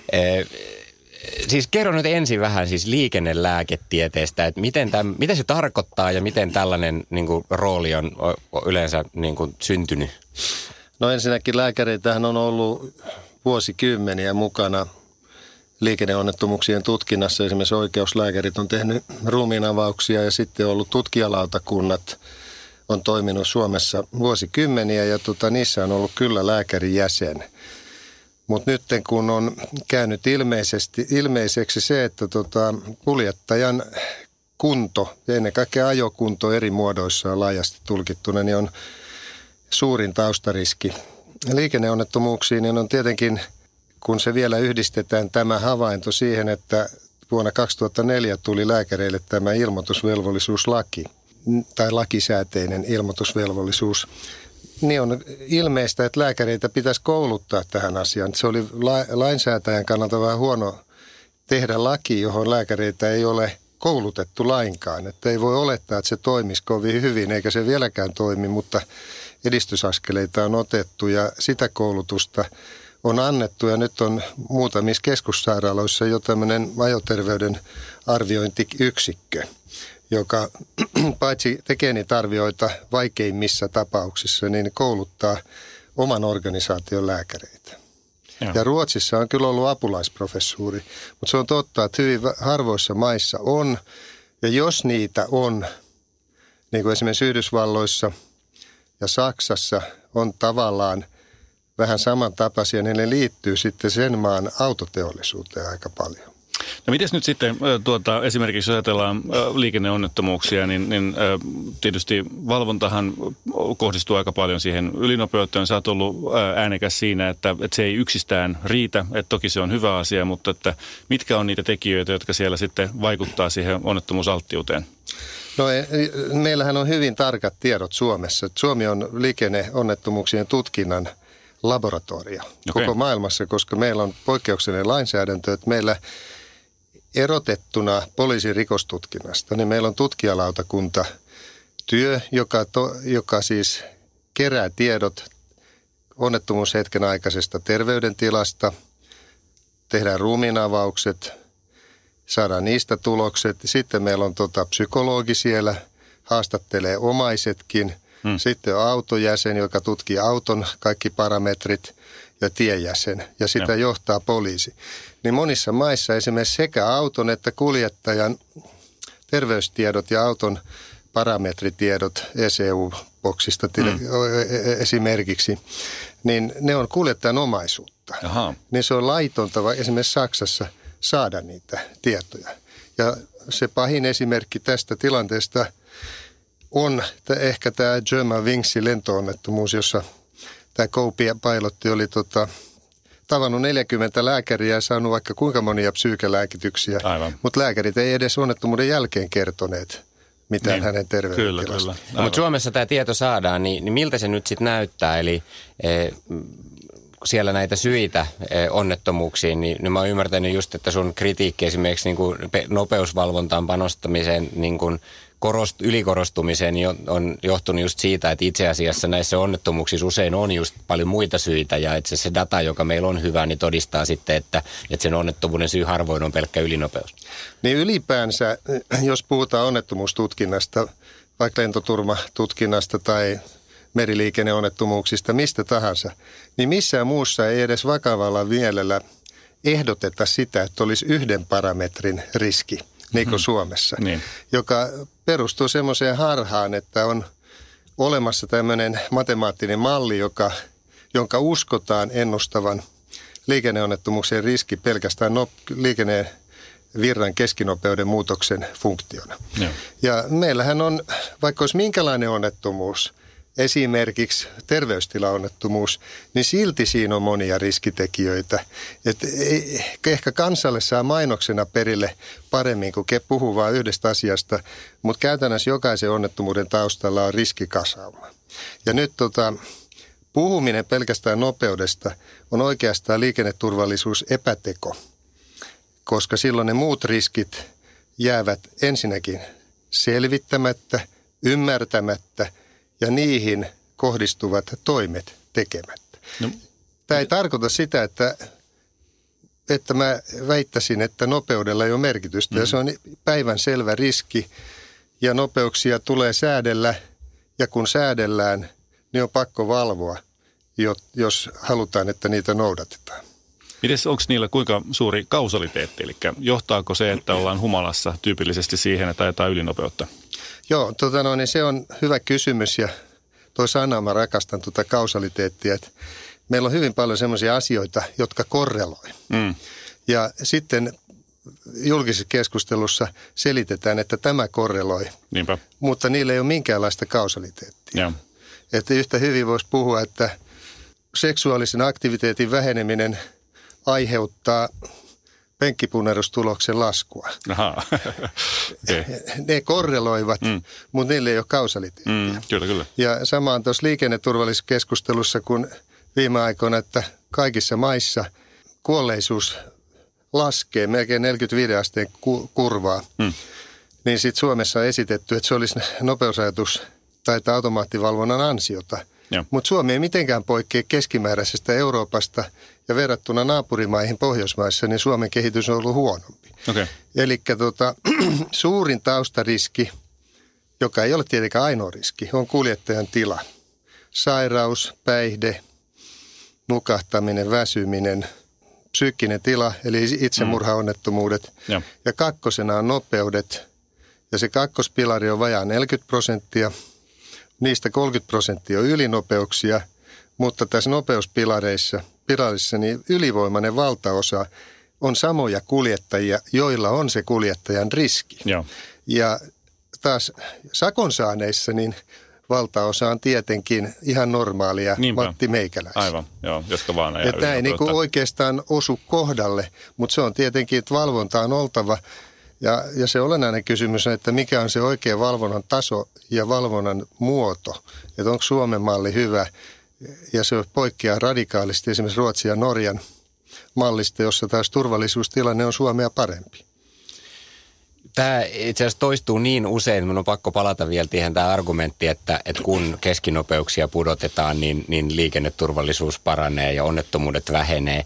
Siis kerro nyt ensin vähän siis liikennelääketieteestä, että mitä se tarkoittaa ja miten tällainen niin kuin, rooli on yleensä niin kuin, syntynyt? No ensinnäkin lääkäreitähän on ollut vuosikymmeniä mukana liikenneonnettomuuksien tutkinnassa. Esimerkiksi oikeuslääkärit on tehnyt ruumiinavauksia ja sitten on ollut tutkijalautakunnat on toiminut Suomessa vuosikymmeniä ja niissä on ollut kyllä lääkärijäsen. Mutta nyt kun on käynyt ilmeiseksi se, että kuljettajan kunto ja ennen kaikkea ajokunto eri muodoissaan laajasti tulkittuna, niin on suurin taustariski liikenneonnettomuuksiin, niin on tietenkin, kun se vielä yhdistetään tämä havainto siihen, että vuonna 2004 tuli lääkäreille tämä ilmoitusvelvollisuuslaki, tai lakisääteinen ilmoitusvelvollisuus, niin on ilmeistä, että lääkäreitä pitäisi kouluttaa tähän asiaan. Se oli lainsäätäjän kannalta vähän huono tehdä laki, johon lääkäreitä ei ole koulutettu lainkaan. Että ei voi olettaa, että se toimisi kovin hyvin, eikä se vieläkään toimi, mutta edistysaskeleita on otettu ja sitä koulutusta on annettu. Ja nyt on muutamissa keskussairaaloissa jo tämmöinen ajoterveyden arviointiyksikkö, joka paitsi tekee niitä arvioita vaikeimmissa tapauksissa, niin kouluttaa oman organisaation lääkäreitä. Joo. Ja Ruotsissa on kyllä ollut apulaisprofessuuri, mutta se on totta, että hyvin harvoissa maissa on. Ja jos niitä on, niin kuin esimerkiksi Yhdysvalloissa ja Saksassa on tavallaan vähän samantapaisia, niin ne liittyy sitten sen maan autoteollisuuteen aika paljon. No mites nyt sitten esimerkiksi jos ajatellaan liikenneonnettomuuksia, niin tietysti valvontahan kohdistuu aika paljon siihen ylinopeuteen. Sä oot ollut äänekäs siinä, että se ei yksistään riitä, että toki se on hyvä asia, mutta että mitkä on niitä tekijöitä, jotka siellä sitten vaikuttaa siihen onnettomuusalttiuteen? No meillähän on hyvin tarkat tiedot Suomessa. Suomi on liikenneonnettomuuksien tutkinnan laboratorio koko maailmassa, koska meillä on poikkeuksellinen lainsäädäntö, että meillä erotettuna poliisin rikostutkinnasta, niin meillä on tutkijalautakunta työ, joka siis kerää tiedot onnettomuushetken aikaisesta terveydentilasta, tehdään ruumiinavaukset, saadaan niistä tulokset. Sitten meillä on psykologi siellä, haastattelee omaisetkin. Sitten on autojäsen, joka tutkii auton kaikki parametrit ja tiejäsen ja sitä johtaa poliisi. Niin monissa maissa esimerkiksi sekä auton että kuljettajan terveystiedot ja auton parametritiedot ECU-boksista esimerkiksi, niin ne on kuljettajan omaisuutta. Aha. Niin se on laitonta esimerkiksi Saksassa saada niitä tietoja. Ja se pahin esimerkki tästä tilanteesta on ehkä tämä Germanwingsin lentoonnettomuus, jossa tämä co-pilotti oli tavannut 40 lääkäriä ja saanut vaikka kuinka monia psyykelääkityksiä. Aivan. Mutta lääkärit ei edes onnettomuuden jälkeen kertoneet mitään hänen terveydentilasta. No, mutta Suomessa tämä tieto saadaan, niin miltä se nyt sitten näyttää? Eli siellä näitä syitä onnettomuuksiin, niin mä oon ymmärtänyt just, että sun kritiikki esimerkiksi niin kuin nopeusvalvontaan panostamiseen niin kuin ylikorostumiseen on johtunut just siitä, että itse asiassa näissä onnettomuuksissa usein on just paljon muita syitä ja että se data, joka meillä on hyvä, niin todistaa sitten, että sen onnettomuuden syy harvoin on pelkkä ylinopeus. Niin ylipäänsä, jos puhutaan onnettomuustutkinnasta, vaikka lentoturvatutkinnasta tai meriliikenneonnettomuuksista, mistä tahansa, niin missään muussa ei edes vakavalla mielellä ehdoteta sitä, että olisi yhden parametrin riski, niin kuin Suomessa, joka perustuu semmoiseen harhaan, että on olemassa tämmöinen matemaattinen malli, jonka uskotaan ennustavan liikenneonnettomuuksien riski pelkästään liikennevirran keskinopeuden muutoksen funktiona. Ja meillähän on, vaikka olisi minkälainen onnettomuus, esimerkiksi terveystilaonnettomuus, niin silti siinä on monia riskitekijöitä. Että ehkä kansalle saa mainoksena perille paremmin, kun puhuu vain yhdestä asiasta, mutta käytännössä jokaisen onnettomuuden taustalla on riskikasauma. Ja nyt puhuminen pelkästään nopeudesta on oikeastaan liikenneturvallisuus epäteko, koska silloin ne muut riskit jäävät ensinnäkin selvittämättä, ymmärtämättä, ja niihin kohdistuvat toimet tekemättä. No. Tämä ei tarkoita sitä, että mä väittäisin, että nopeudella ei ole merkitystä. Ja se on päivän selvä riski ja nopeuksia tulee säädellä ja kun säädellään, niin on pakko valvoa, jos halutaan, että niitä noudatetaan. Mites, onko niillä kuinka suuri kausaliteetti, eli johtaako se, että ollaan humalassa tyypillisesti siihen, että ajetaan ylinopeutta? Joo, niin se on hyvä kysymys ja toisaalta mä rakastan kausaliteettia, että meillä on hyvin paljon semmoisia asioita, jotka korreloi. Ja sitten julkisessa keskustelussa selitetään, että tämä korreloi, Niinpä. Mutta niillä ei ole minkäänlaista kausaliteettia. Että yhtä hyvin voisi puhua, että seksuaalisen aktiviteetin väheneminen aiheuttaa penkkipunnerustuloksen laskua. Ahaa. Okay. Ne korreloivat, mutta niille ei ole kausaliteettia. Kyllä. Ja sama on tuossa liikenneturvallisuuskeskustelussa kuin viime aikoina, että kaikissa maissa kuolleisuus laskee melkein 45 asteen kurvaa. Niin sitten Suomessa on esitetty, että se olisi nopeusajatus tai automaattivalvonnan ansiota. Mutta Suomi ei mitenkään poikkea keskimääräisestä Euroopasta ja verrattuna naapurimaihin Pohjoismaissa, niin Suomen kehitys on ollut huonompi. Okay. Eli suurin taustariski, joka ei ole tietenkään ainoa riski, on kuljettajan tila. Sairaus, päihde, nukahtaminen, väsyminen, psyykkinen tila, eli itsemurhaonnettomuudet. Ja kakkosena on nopeudet. Ja se kakkospilari on vajaa 40%. Niistä 30% on ylinopeuksia, mutta tässä nopeuspilarissa niin ylivoimainen valtaosa on samoja kuljettajia, joilla on se kuljettajan riski. Ja taas sakon saaneissa niin valtaosa on tietenkin ihan normaalia Matti Meikäläisiä. Aivan, joo, jotka vaan ajaa. Tämä ei niin oikeastaan osu kohdalle, mutta se on tietenkin, että valvonta on oltava. Ja se olennainen kysymys on, että mikä on se oikea valvonnan taso ja valvonnan muoto. Että onko Suomen malli hyvä ja se poikkeaa radikaalisti esimerkiksi Ruotsin ja Norjan mallista, jossa taas turvallisuustilanne on Suomea parempi. Tämä itse asiassa toistuu niin usein, minun on pakko palata vielä siihen tämä argumentti, että kun keskinopeuksia pudotetaan, niin liikenneturvallisuus paranee ja onnettomuudet vähenee.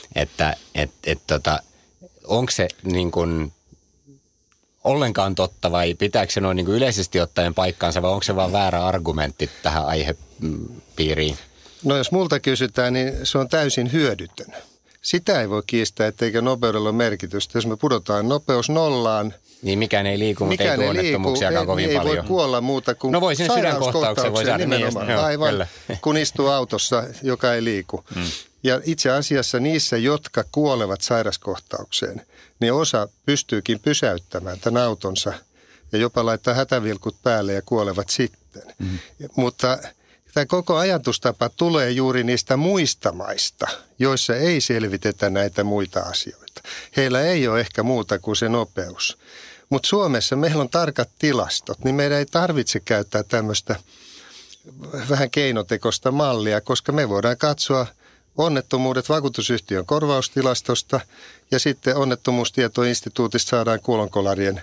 Onko se niin kuin ollenkaan totta vai pitääkö se noin niin kuin yleisesti ottaen paikkaansa vai onko se vaan väärä argumentti tähän aihepiiriin? No jos multa kysytään, niin se on täysin hyödytön. Sitä ei voi kiistää, etteikö nopeudella ole merkitystä. Jos me pudotaan nopeus nollaan. Niin mikään ei liiku, mutta ei tule onnettomuuksiakaan kovin paljon. Ei voi kuolla muuta kuin sydänkohtauksen voi saada nimenomaan. Aivan, kun istuu autossa, joka ei liiku. Ja itse asiassa niissä, jotka kuolevat sairaskohtaukseen, niin osa pystyykin pysäyttämään tämän autonsa ja jopa laittaa hätävilkut päälle ja kuolevat sitten. Mutta tämä koko ajatustapa tulee juuri niistä muista maista, joissa ei selvitetä näitä muita asioita. Heillä ei ole ehkä muuta kuin se nopeus. Mutta Suomessa meillä on tarkat tilastot, niin meidän ei tarvitse käyttää tämmöistä vähän keinotekoista mallia, koska me voidaan katsoa onnettomuudet vakuutusyhtiön korvaustilastosta ja sitten onnettomuustietoinstituutista saadaan kuolonkolarien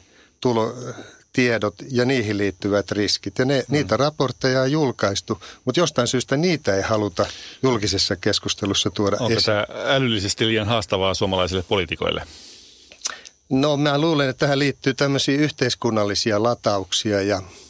tiedot ja niihin liittyvät riskit. Ja niitä raportteja on julkaistu, mutta jostain syystä niitä ei haluta julkisessa keskustelussa tuoda esiin. Onko tämä älyllisesti liian haastavaa suomalaisille poliitikoille? No mä luulen, että tähän liittyy tämmöisiä yhteiskunnallisia latauksia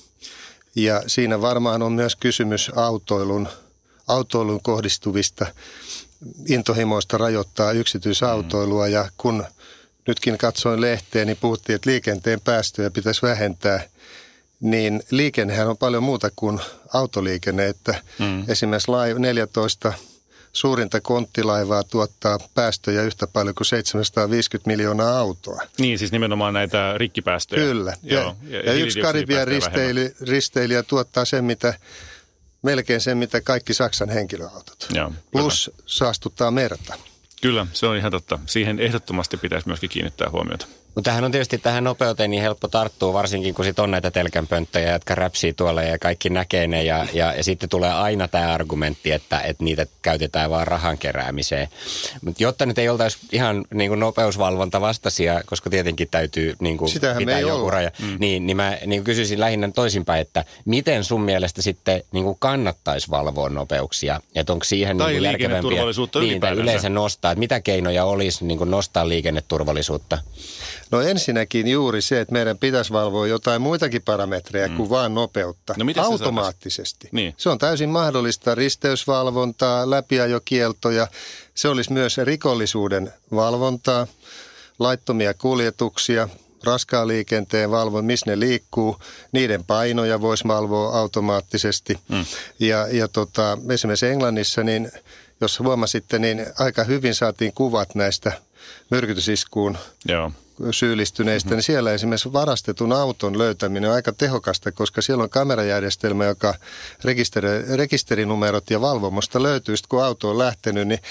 ja siinä varmaan on myös kysymys autoilun kohdistuvista intohimoista rajoittaa yksityisautoilua ja kun nytkin katsoin lehteä, niin puhuttiin, että liikenteen päästöjä pitäisi vähentää, niin liikennehän on paljon muuta kuin autoliikenne, että esimerkiksi 14 suurinta konttilaivaa tuottaa päästöjä yhtä paljon kuin 750 miljoonaa autoa. Niin, siis nimenomaan näitä rikkipäästöjä. Kyllä. Ja yksi Karibian risteilijä tuottaa melkein sen, mitä kaikki Saksan henkilöautot. Plus saastuttaa merta. Kyllä, se on ihan totta. Siihen ehdottomasti pitäisi myöskin kiinnittää huomiota. Mutta tämähän on tietysti tähän nopeuteen niin helppo tarttua, varsinkin kun sitten on näitä telkänpönttöjä, jotka räpsii tuolla ja kaikki näkee ne. Ja sitten tulee aina tämä argumentti, että niitä käytetään vaan rahan keräämiseen. Mutta jotta nyt ei oltaisi ihan niin kuin nopeusvalvonta vastaisia, koska tietenkin täytyy niin kuin pitää joku raja, niin mä niin kysyisin lähinnä toisinpäin, että miten sun mielestä sitten niin kuin kannattaisi valvoa nopeuksia? Että onko siihen tai niin järkevämpiä yleensä nostaa? Että mitä keinoja olisi niin kuin nostaa liikenneturvallisuutta? No ensinnäkin juuri se, että meidän pitäisi valvoa jotain muitakin parametreja kuin vaan nopeutta automaattisesti. Niin. Se on täysin mahdollista, risteysvalvontaa, läpiajokieltoja. Se olisi myös rikollisuuden valvontaa, laittomia kuljetuksia, raskaan liikenteen valvonta, missä ne liikkuu. Niiden painoja voisi valvoa automaattisesti. Ja esimerkiksi Englannissa, niin jos huomasitte, niin aika hyvin saatiin kuvat näistä myrkytysiskuun syyllistyneistä, niin siellä esimerkiksi varastetun auton löytäminen on aika tehokasta, koska siellä on kamerajärjestelmä, joka rekisterinumerot ja valvomosta löytyy. Sitten kun auto on lähtenyt, niin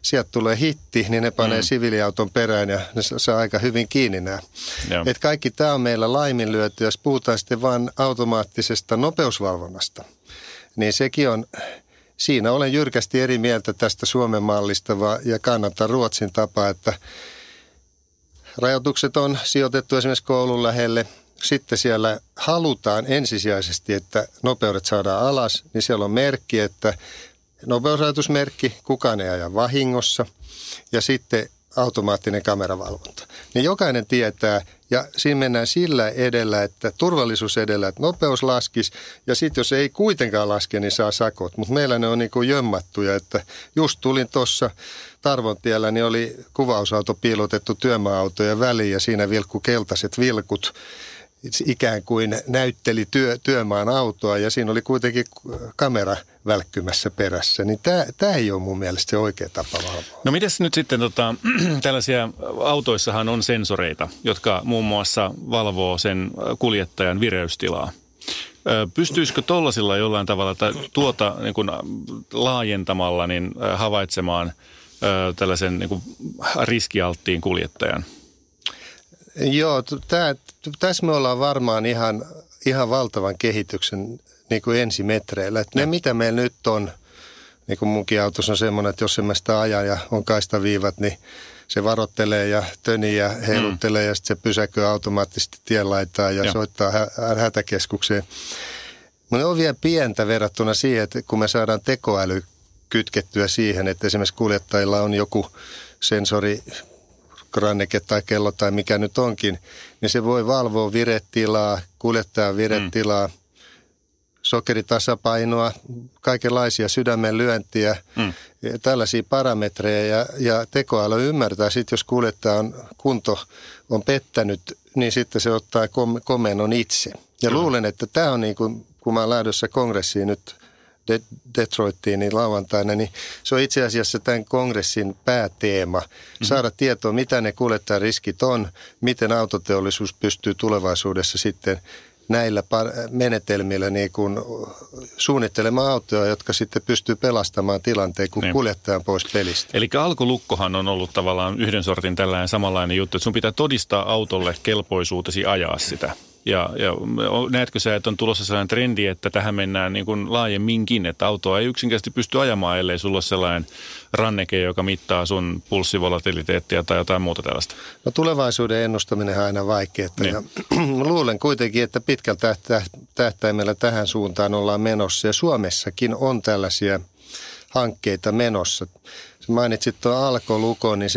sieltä tulee hitti, niin ne panee siviiliauton perään ja ne saa aika hyvin kiinni nämä. Et kaikki tämä on meillä laiminlyöty, jos puhutaan sitten vain automaattisesta nopeusvalvonnasta, niin sekin on, siinä olen jyrkästi eri mieltä tästä Suomen mallista ja kannatan Ruotsin tapaa, että rajoitukset on sijoitettu esimerkiksi koulun lähelle. Sitten siellä halutaan ensisijaisesti, että nopeudet saadaan alas, niin siellä on merkki, että nopeusrajoitusmerkki, kukaan ei aja vahingossa ja sitten automaattinen kameravalvonta. Niin jokainen tietää ja siinä mennään sillä edellä, että turvallisuus edellä, että nopeus laskisi ja sitten jos ei kuitenkaan laske, niin saa sakot. Mutta meillä ne on niin kuin jömmattuja, että just tulin tuossa Tarvontiellä, niin oli kuvausauto piilotettu työmaa-autojen väliin ja siinä vilkku keltaiset vilkut. Ikään kuin näytteli työmaan autoa ja siinä oli kuitenkin kamera välkkymässä perässä. Niin tämä ei ole mun mielestä se oikea tapa valvoa. No mites nyt sitten tällaisia autoissahan on sensoreita, jotka muun muassa valvoo sen kuljettajan vireystilaa. Pystyisikö tollasilla jollain tavalla tuota niin kuin laajentamalla niin havaitsemaan tällaisen niin kuin riskialttiin kuljettajan? Joo, tässä me ollaan varmaan ihan valtavan kehityksen niin kuin ensimetreillä. Että ne, mitä meillä nyt on, niin kuin munkin autossa on semmoinen, että jos mä sitä ajan ja on kaistaviivat, niin se varoittelee ja tönii ja heiluttelee ja sitten se pysäköi automaattisesti tienlaitaan ja soittaa hätäkeskukseen. Mutta ne on vielä pientä verrattuna siihen, että kun me saadaan tekoäly kytkettyä siihen, että esimerkiksi kuljettajilla on joku sensori, ranneke tai kello tai mikä nyt onkin, niin se voi valvoa viretilaa, kuljettajan viretilaa, sokeritasapainoa, kaikenlaisia sydämen lyöntiä, tällaisia parametreja ja tekoäly ymmärtää sitten, jos kuljettajan kunto on pettänyt, niin sitten se ottaa komennon itse. Ja luulen, että tämä on niin kuin, kun mä olen lähdössä kongressiin nyt Detroittiin niin lauantaina, niin se on itse asiassa tämän kongressin pääteema. Saada tietoa, mitä ne kuljettajariskit on, miten autoteollisuus pystyy tulevaisuudessa sitten näillä menetelmillä niin kuin suunnittelemaan autoja, jotka sitten pystyy pelastamaan tilanteen, kun kuljettajan pois pelistä. Eli alkolukkohan on ollut tavallaan yhden sortin tällainen samanlainen juttu, että sun pitää todistaa autolle kelpoisuutesi ajaa sitä. Ja näetkö sä, että on tulossa sellainen trendi, että tähän mennään niin kuin laajemminkin, että autoa ei yksinkertaisesti pysty ajamaan, ellei sulla ole sellainen ranneke, joka mittaa sun pulssivolatiliteettia tai jotain muuta tällaista? No tulevaisuuden ennustaminen on aina vaikeaa. Niin. Ja luulen kuitenkin, että pitkällä tähtäimellä tähän suuntaan ollaan menossa ja Suomessakin on tällaisia hankkeita menossa. Sä mainitsit tuon alkolukon, niin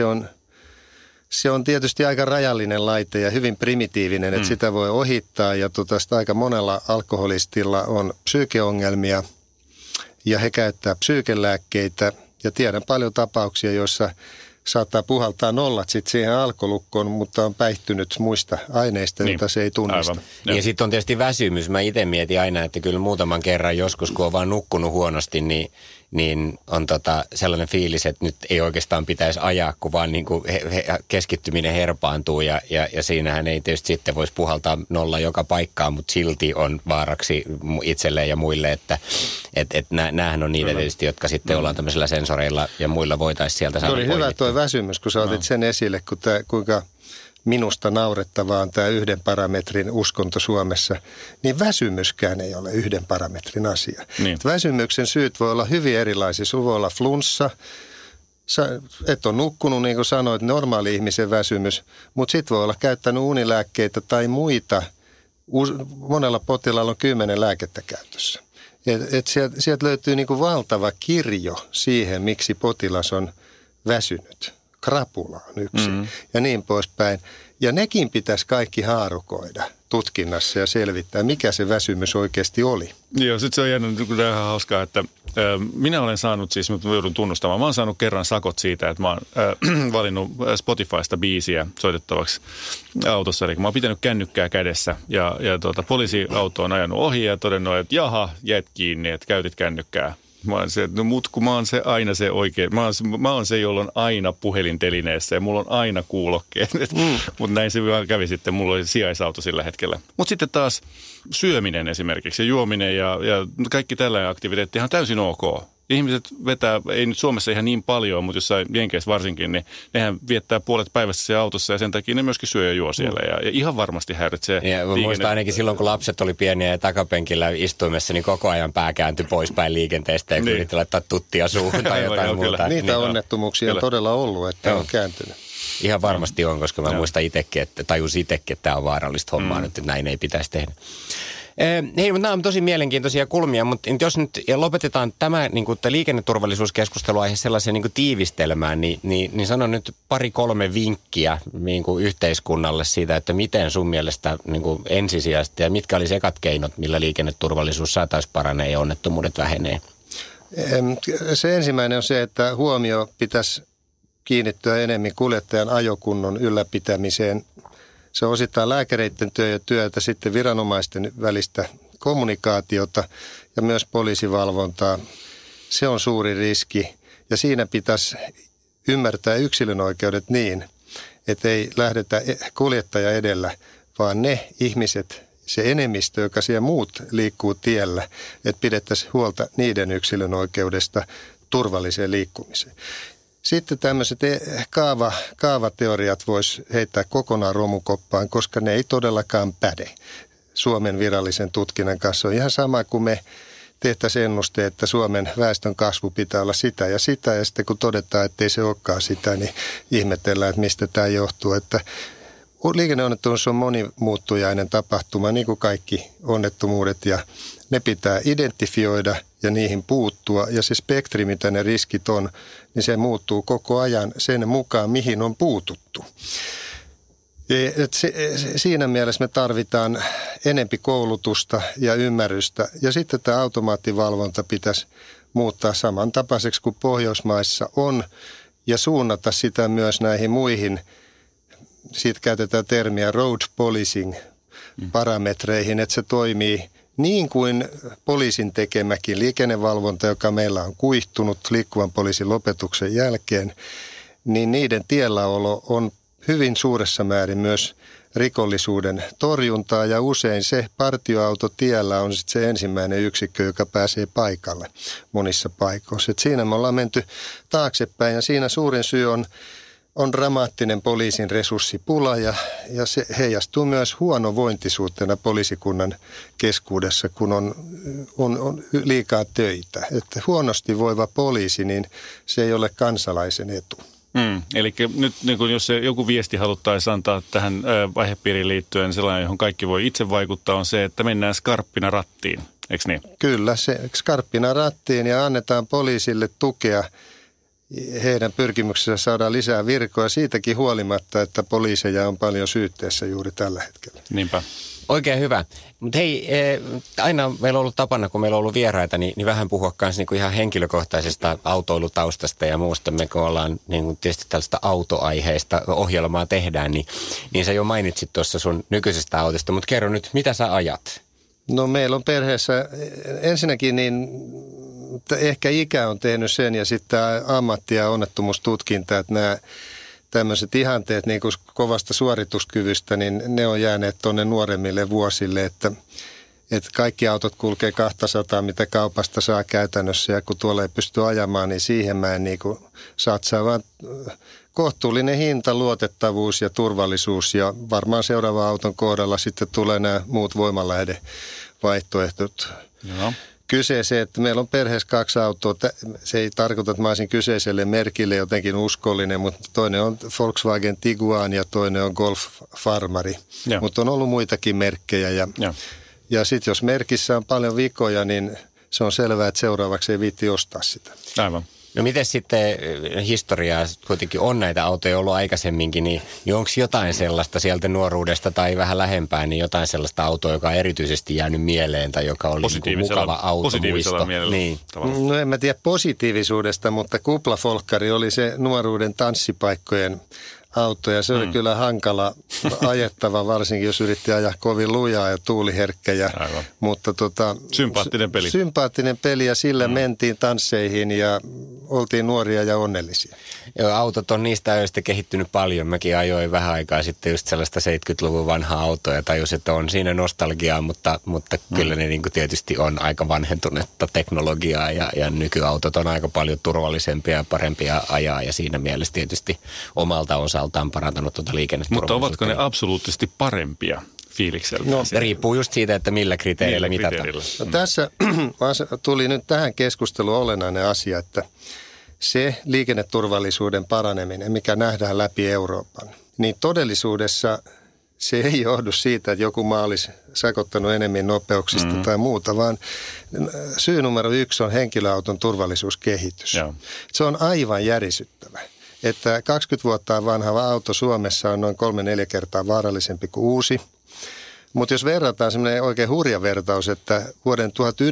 se on tietysti aika rajallinen laite ja hyvin primitiivinen, että sitä voi ohittaa ja aika monella alkoholistilla on psyykeongelmia ja he käyttää psyykelääkkeitä ja tiedän paljon tapauksia, joissa saattaa puhaltaa nollat sitten siihen alkolukkoon, mutta on päihtynyt muista aineista, joita se ei tunnista. Ja sitten on tietysti väsymys. Mä itse mietin aina, että kyllä muutaman kerran joskus, kun on vaan nukkunut huonosti, niin on sellainen fiilis, että nyt ei oikeastaan pitäisi ajaa, kun vaan niin kuin keskittyminen herpaantuu ja siinähän ei tietysti sitten voisi puhaltaa nolla joka paikkaan, mutta silti on vaaraksi itselleen ja muille, että näähän on niitä tietysti, jotka sitten ollaan tämmöisillä sensoreilla ja muilla voitaisiin sieltä saada poimittua. Oli hyvä tuo väsymys, kun sä otit sen esille, kuinka minusta naurettavaa on tämä yhden parametrin uskonto Suomessa, niin väsymyskään ei ole yhden parametrin asia. Niin. Väsymyksen syyt voi olla hyvin erilaisia. Sulla voi olla flunssa, et ole nukkunut, niin kuin sanoit, normaali ihmisen väsymys, mutta sitten voi olla käyttänyt unilääkkeitä tai muita. Monella potilaalla on 10 lääkettä käytössä. Sieltä löytyy niin kuin valtava kirjo siihen, miksi potilas on väsynyt. Krapula on yksi ja niin poispäin. Ja nekin pitäisi kaikki haarukoida tutkinnassa ja selvittää, mikä se väsymys oikeasti oli. Joo, sitten se on jäänyt ihan hauskaa, että minä olen saanut, siis mä joudun tunnustamaan, mä oon saanut kerran sakot siitä, että mä oon valinnut Spotifysta biisiä soitettavaksi autossa. Eli mä oon pitänyt kännykkää kädessä ja poliisiauto on ajanut ohi ja todennut, että jaha, jäät kiinni, että käytit kännykkää. Mä oon se aina se oikein. Mä oon se, jolla on aina puhelin telineessä ja mulla on aina kuulokkeet. Mutta näin se kävi sitten. Mulla oli sijaisauto sillä hetkellä. Mutta sitten taas syöminen esimerkiksi ja juominen ja kaikki tällainen aktiviteetti on täysin ok. Ihmiset vetää, ei nyt Suomessa ihan niin paljon, mutta jossain Jenkeissä varsinkin, niin nehän viettää puolet päivästä siellä autossa ja sen takia ne myöskin syö ja juo siellä. Ja ihan varmasti häiritsee. Ja muistan ainakin silloin, kun lapset oli pieniä ja takapenkillä istuimessa, niin koko ajan pää kääntyi poispäin liikenteestä ja niin. Yritti laittaa tuttia suuhun tai jotain muuta. Niitä onnettomuuksia on todella ollut, että on kääntynyt. Ihan varmasti on, koska mä muistan itsekin, että tajusin itsekin, että tämä on vaarallista hommaa nyt, että näin ei pitäisi tehdä. Hei, mutta nämä on tosi mielenkiintoisia kulmia, mutta jos nyt lopetetaan tämä niin kuin liikenneturvallisuuskeskusteluaihe sellaiseen niin kuin tiivistelmään, niin sano nyt 2-3 vinkkiä niin kuin yhteiskunnalle siitä, että miten sun mielestä niin kuin ensisijaisesti ja mitkä olisi ekat keinot, millä liikenneturvallisuus saataisiin paranee ja onnettomuudet vähenee? Se ensimmäinen on se, että huomio pitäisi kiinnittyä enemmän kuljettajan ajokunnon ylläpitämiseen. Se on osittain lääkäreiden työ ja työtä, sitten viranomaisten välistä kommunikaatiota ja myös poliisivalvontaa. Se on suuri riski ja siinä pitäisi ymmärtää yksilön oikeudet niin, että ei lähdetä kuljettaja edellä, vaan ne ihmiset, se enemmistö, joka siellä muut liikkuu tiellä, että pidettäisiin huolta niiden yksilön oikeudesta turvalliseen liikkumiseen. Sitten tämmöiset kaavateoriat voisi heittää kokonaan romukoppaan, koska ne ei todellakaan päde Suomen virallisen tutkinnan kanssa. On ihan sama kuin me tehtäisiin ennuste, että Suomen väestön kasvu pitää olla sitä, ja sitten kun todetaan, että ei se olekaan sitä, niin ihmetellään, että mistä tämä johtuu. Että liikenneonnettomuus on monimuuttujainen tapahtuma, niin kuin kaikki onnettomuudet, ja ne pitää identifioida ja niihin puuttua. Ja se spektri, mitä ne riskit on, niin se muuttuu koko ajan sen mukaan, mihin on puututtu. Siinä mielessä me tarvitaan enempi koulutusta ja ymmärrystä. Ja sitten tämä automaattivalvonta pitäisi muuttaa samantapaiseksi kuin Pohjoismaissa on ja suunnata sitä myös näihin muihin, siitä käytetään termiä road policing parametreihin, että se toimii niin kuin poliisin tekemäkin liikennevalvonta, joka meillä on kuihtunut liikkuvan poliisin lopetuksen jälkeen, niin niiden tielläolo on hyvin suuressa määrin myös rikollisuuden torjuntaa ja usein se partioauto tiellä on sitten se ensimmäinen yksikkö, joka pääsee paikalle monissa paikoissa. Et siinä me ollaan menty taaksepäin ja siinä suurin syy on dramaattinen poliisin resurssipula ja se heijastuu myös huonovointisuutena poliisikunnan keskuudessa, kun on liikaa töitä. Että huonosti voiva poliisi, niin se ei ole kansalaisen etu. Eli nyt niin kun jos joku viesti haluttaisiin antaa tähän aihepiiriin liittyen, sellainen, johon kaikki voi itse vaikuttaa, on se, että mennään skarppina rattiin. Eikö niin? Kyllä, se skarppina rattiin ja annetaan poliisille tukea heidän pyrkimyksensä saada lisää virkoja siitäkin huolimatta, että poliiseja on paljon syytteessä juuri tällä hetkellä. Niinpä. Oikein hyvä. Mutta hei, aina meillä on ollut tapana, kun meillä on ollut vieraita, niin vähän puhua kanssa niinku ihan henkilökohtaisesta autoilutaustasta ja muusta. Me kun ollaan niinku tietysti tällaista autoaiheista ohjelmaa tehdään, niin sä jo mainitsit tuossa sun nykyisestä autosta, mutta kerro nyt, mitä sä ajat? No meillä on perheessä ensinnäkin niin ehkä ikä on tehnyt sen ja sitten ammatti- ja onnettomuustutkinta, että nämä tämmöiset ihanteet niin kuin kovasta suorituskyvystä, niin ne on jääneet tuonne nuoremmille vuosille, että kaikki autot kulkee 200, mitä kaupasta saa käytännössä ja kun tuolla ei pysty ajamaan, niin siihen mä en niin kuin satsaa, vaan kohtuullinen hinta, luotettavuus ja turvallisuus ja varmaan seuraavan auton kohdalla sitten tulee nämä muut voimanlähdevaihtoehdot. Joo. Kyseeseen, että meillä on perheessä 2 autoa. Se ei tarkoita, että mä olisin kyseiselle merkille jotenkin uskollinen, mutta toinen on Volkswagen Tiguan ja toinen on Golf Farmari. Mutta on ollut muitakin merkkejä. Ja sitten jos merkissä on paljon vikoja, niin se on selvää, että seuraavaksi ei viitti ostaa sitä. Aivan. No miten sitten historiaa kuitenkin on näitä autoja ollut aikaisemminkin, niin onko jotain sellaista sieltä nuoruudesta tai vähän lähempää, niin jotain sellaista autoa, joka on erityisesti jäänyt mieleen tai joka oli niin mukava automuisto? Niin. No en mä tiedä positiivisuudesta, mutta kuplafolkkari oli se nuoruuden tanssipaikkojen autoja. Se oli kyllä hankala ajettava, varsinkin jos yritti ajaa kovin lujaa ja tuuliherkkejä. Aivan. Mutta sympaattinen peli. Sympaattinen peli ja sillä mentiin tansseihin ja oltiin nuoria ja onnellisia. Joo, autot on niistä ajoista kehittynyt paljon. Mäkin ajoin vähän aikaa sitten just sellaista 70-luvun vanhaa autoa ja tajusin, että on siinä nostalgiaa, mutta kyllä ne niin kuin tietysti on aika vanhentunutta teknologiaa ja nykyautot on aika paljon turvallisempia ja parempia ajaa ja siinä mielessä tietysti omalta osaltaan parantanut tuota liikenneturvallisuutta. Mutta ovatko ne absoluuttisesti parempia fiilikseltä? No, riippuu just siitä, että millä kriteereillä mitataan. No, tässä tuli nyt tähän keskusteluun olennainen asia, että se liikenneturvallisuuden paraneminen, mikä nähdään läpi Euroopan, niin todellisuudessa se ei johdu siitä, että joku maa olisi sakottanut enemmän nopeuksista tai muuta, vaan syy numero 1 on henkilöauton turvallisuuskehitys. Joo. Se on aivan järisyttävä, että 20 vuotta vanha auto Suomessa on noin 3-4 kertaa vaarallisempi kuin uusi. Mutta jos verrataan semmoinen oikein hurja vertaus, että vuoden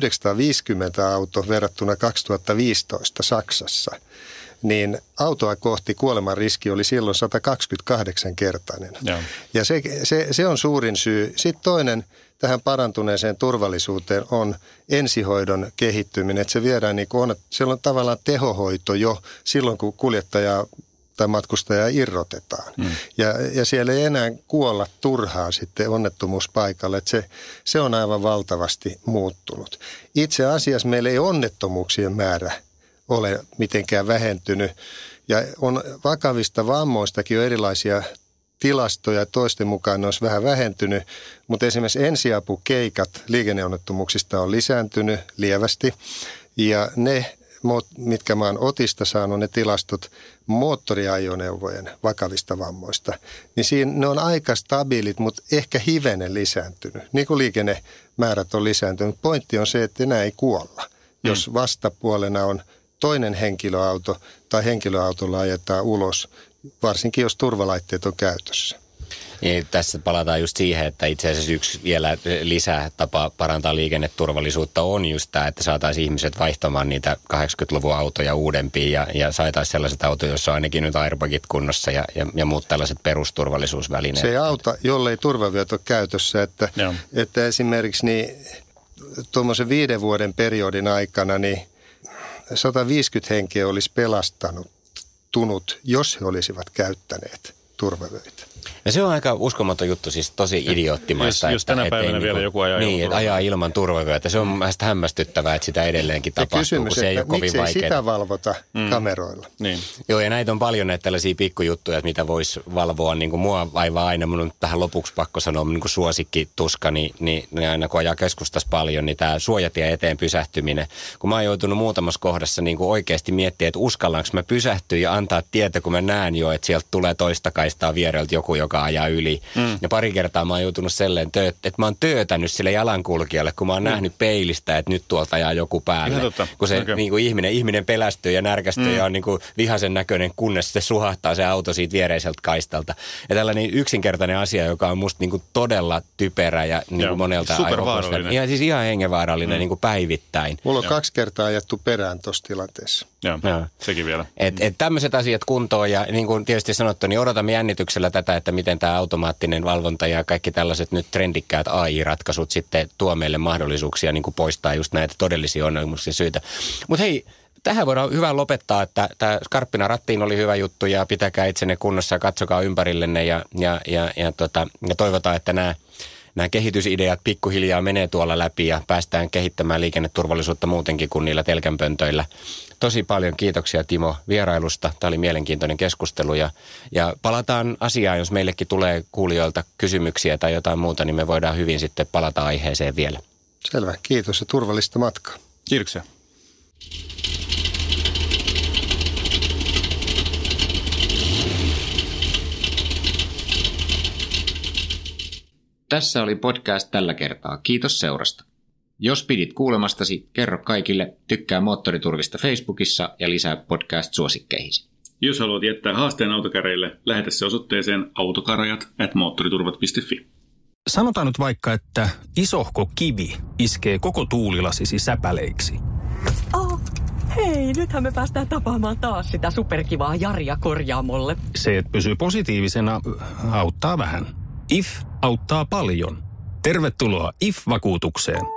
1950 auto verrattuna 2015 Saksassa, niin autoa kohti kuoleman riski oli silloin 128-kertainen. Joo. Ja se on suurin syy. Sitten toinen tähän parantuneeseen turvallisuuteen on ensihoidon kehittyminen. Että se viedään niin kuin siellä on tavallaan tehohoito jo silloin, kun kuljettaja tai matkustajaa irrotetaan. Ja siellä ei enää kuolla turhaan sitten onnettomuuspaikalle. Että se on aivan valtavasti muuttunut. Itse asiassa meillä ei onnettomuuksien määrä ole mitenkään vähentynyt. Ja on vakavista vammoistakin jo erilaisia tilastoja. Toisten mukaan ne olisi vähän vähentynyt. Mutta esimerkiksi ensiapukeikat liikenneonnettomuuksista on lisääntynyt lievästi. Ja ne, mitkä mä oon Otista saanut, ne tilastot moottoriajoneuvojen vakavista vammoista, niin ne on aika stabiilit, mutta ehkä hivenen lisääntynyt. Niin kuin liikennemäärät on lisääntynyt. Pointti on se, että enää ei kuolla, jos vastapuolena on toinen henkilöauto tai henkilöautolla ajetaan ulos, varsinkin jos turvalaitteet on käytössä. Niin, tässä palataan just siihen, että itse asiassa yksi vielä lisää tapa parantaa liikenneturvallisuutta on just tämä, että saataisiin ihmiset vaihtamaan niitä 80-luvun autoja uudempiin ja saataisiin sellaiset autot, joissa on ainakin nyt airbagit kunnossa ja muut tällaiset perusturvallisuusvälineet. Se ei auta, jollei turvavyöt ole käytössä, että esimerkiksi niin, tuommoisen 5 vuoden periodin aikana niin 150 henkeä olisi pelastanut, jos he olisivat käyttäneet turvavöitä. Ja se on aika uskomaton juttu, siis tosi idioottimaista. Jos tänä päivänä vielä joku ajaa niin, että ajaa ilman turvavyötä. Se on vähän hämmästyttävää, että sitä edelleenkin tapahtuu, kysymys, kun se ei ole kovin vaikeaa. Miksei sitä valvota kameroilla? Niin. Joo, ja näitä on paljon näitä tällaisia pikkujuttuja, että mitä voisi valvoa. Niin kuin mua vaivaa aina, mun on tähän lopuksi pakko sanoa, niin kuin suosikkituska, niin aina kun ajaa keskustassa paljon, niin tämä suojatie eteen pysähtyminen. Kun mä oon joutunut muutamassa kohdassa niin kuin oikeasti miettiä, että uskallanko mä pysähtyä ja antaa tietä, kun mä näen jo, että sieltä tulee toista kaistaa viereltä joku, joka ajaa yli. Ja pari kertaa mä oon joutunut selleen, että mä oon töötänyt sille jalankulkijalle, kun mä oon nähnyt peilistä, että nyt tuolta ajaa joku päälle. Kun se niin kuin ihminen pelästyy ja närkästyy ja on niin kuin vihaisen näköinen, kunnes se suhahtaa se auto siitä viereiseltä kaistalta. Ja tällainen yksinkertainen asia, joka on musta niin kuin todella typerä ja niin kuin monelta supervaarallinen. Ja siis ihan hengenvaarallinen niin kuin päivittäin. Mulla on 2 kertaa ajettu perään tuossa tilanteessa. Joo, sekin vielä. Et tämmöiset asiat kuntoon ja niin kuin tietysti sanottu, niin odotamme jännityksellä tätä, että miten tämä automaattinen valvonta ja kaikki tällaiset nyt trendikkäät AI-ratkaisut sitten tuo meille mahdollisuuksia niin kuin poistaa just näitä todellisia onnettomuuksien syitä. Mutta hei, tähän voidaan hyvä lopettaa, että tämä skarppina rattiin oli hyvä juttu ja pitäkää itsenne kunnossa ja katsokaa ympärillenne ja toivotaan, että nämä kehitysideat pikkuhiljaa menee tuolla läpi ja päästään kehittämään liikenneturvallisuutta muutenkin kuin niillä telkänpöntöillä. Tosi paljon kiitoksia Timo vierailusta. Tämä oli mielenkiintoinen keskustelu ja palataan asiaan, jos meillekin tulee kuulijoilta kysymyksiä tai jotain muuta, niin me voidaan hyvin sitten palata aiheeseen vielä. Selvä, kiitos ja turvallista matkaa. Kiitoksia. Tässä oli podcast tällä kertaa. Kiitos seurasta. Jos pidit kuulemastasi, kerro kaikille, tykkää Moottoriturvista Facebookissa ja lisää podcast-suosikkeihisi. Jos haluat jättää haasteen autokäreille, lähetä se osoitteeseen autokarajat@moottoriturvat.fi. Sanotaan nyt vaikka, että isohko kivi iskee koko tuulilasisi säpäleiksi. Oh, Hei, nythän me päästään tapaamaan taas sitä superkivaa Jaria korjaamolle. Se, että pysyy positiivisena, auttaa vähän. IF auttaa paljon. Tervetuloa IF-vakuutukseen.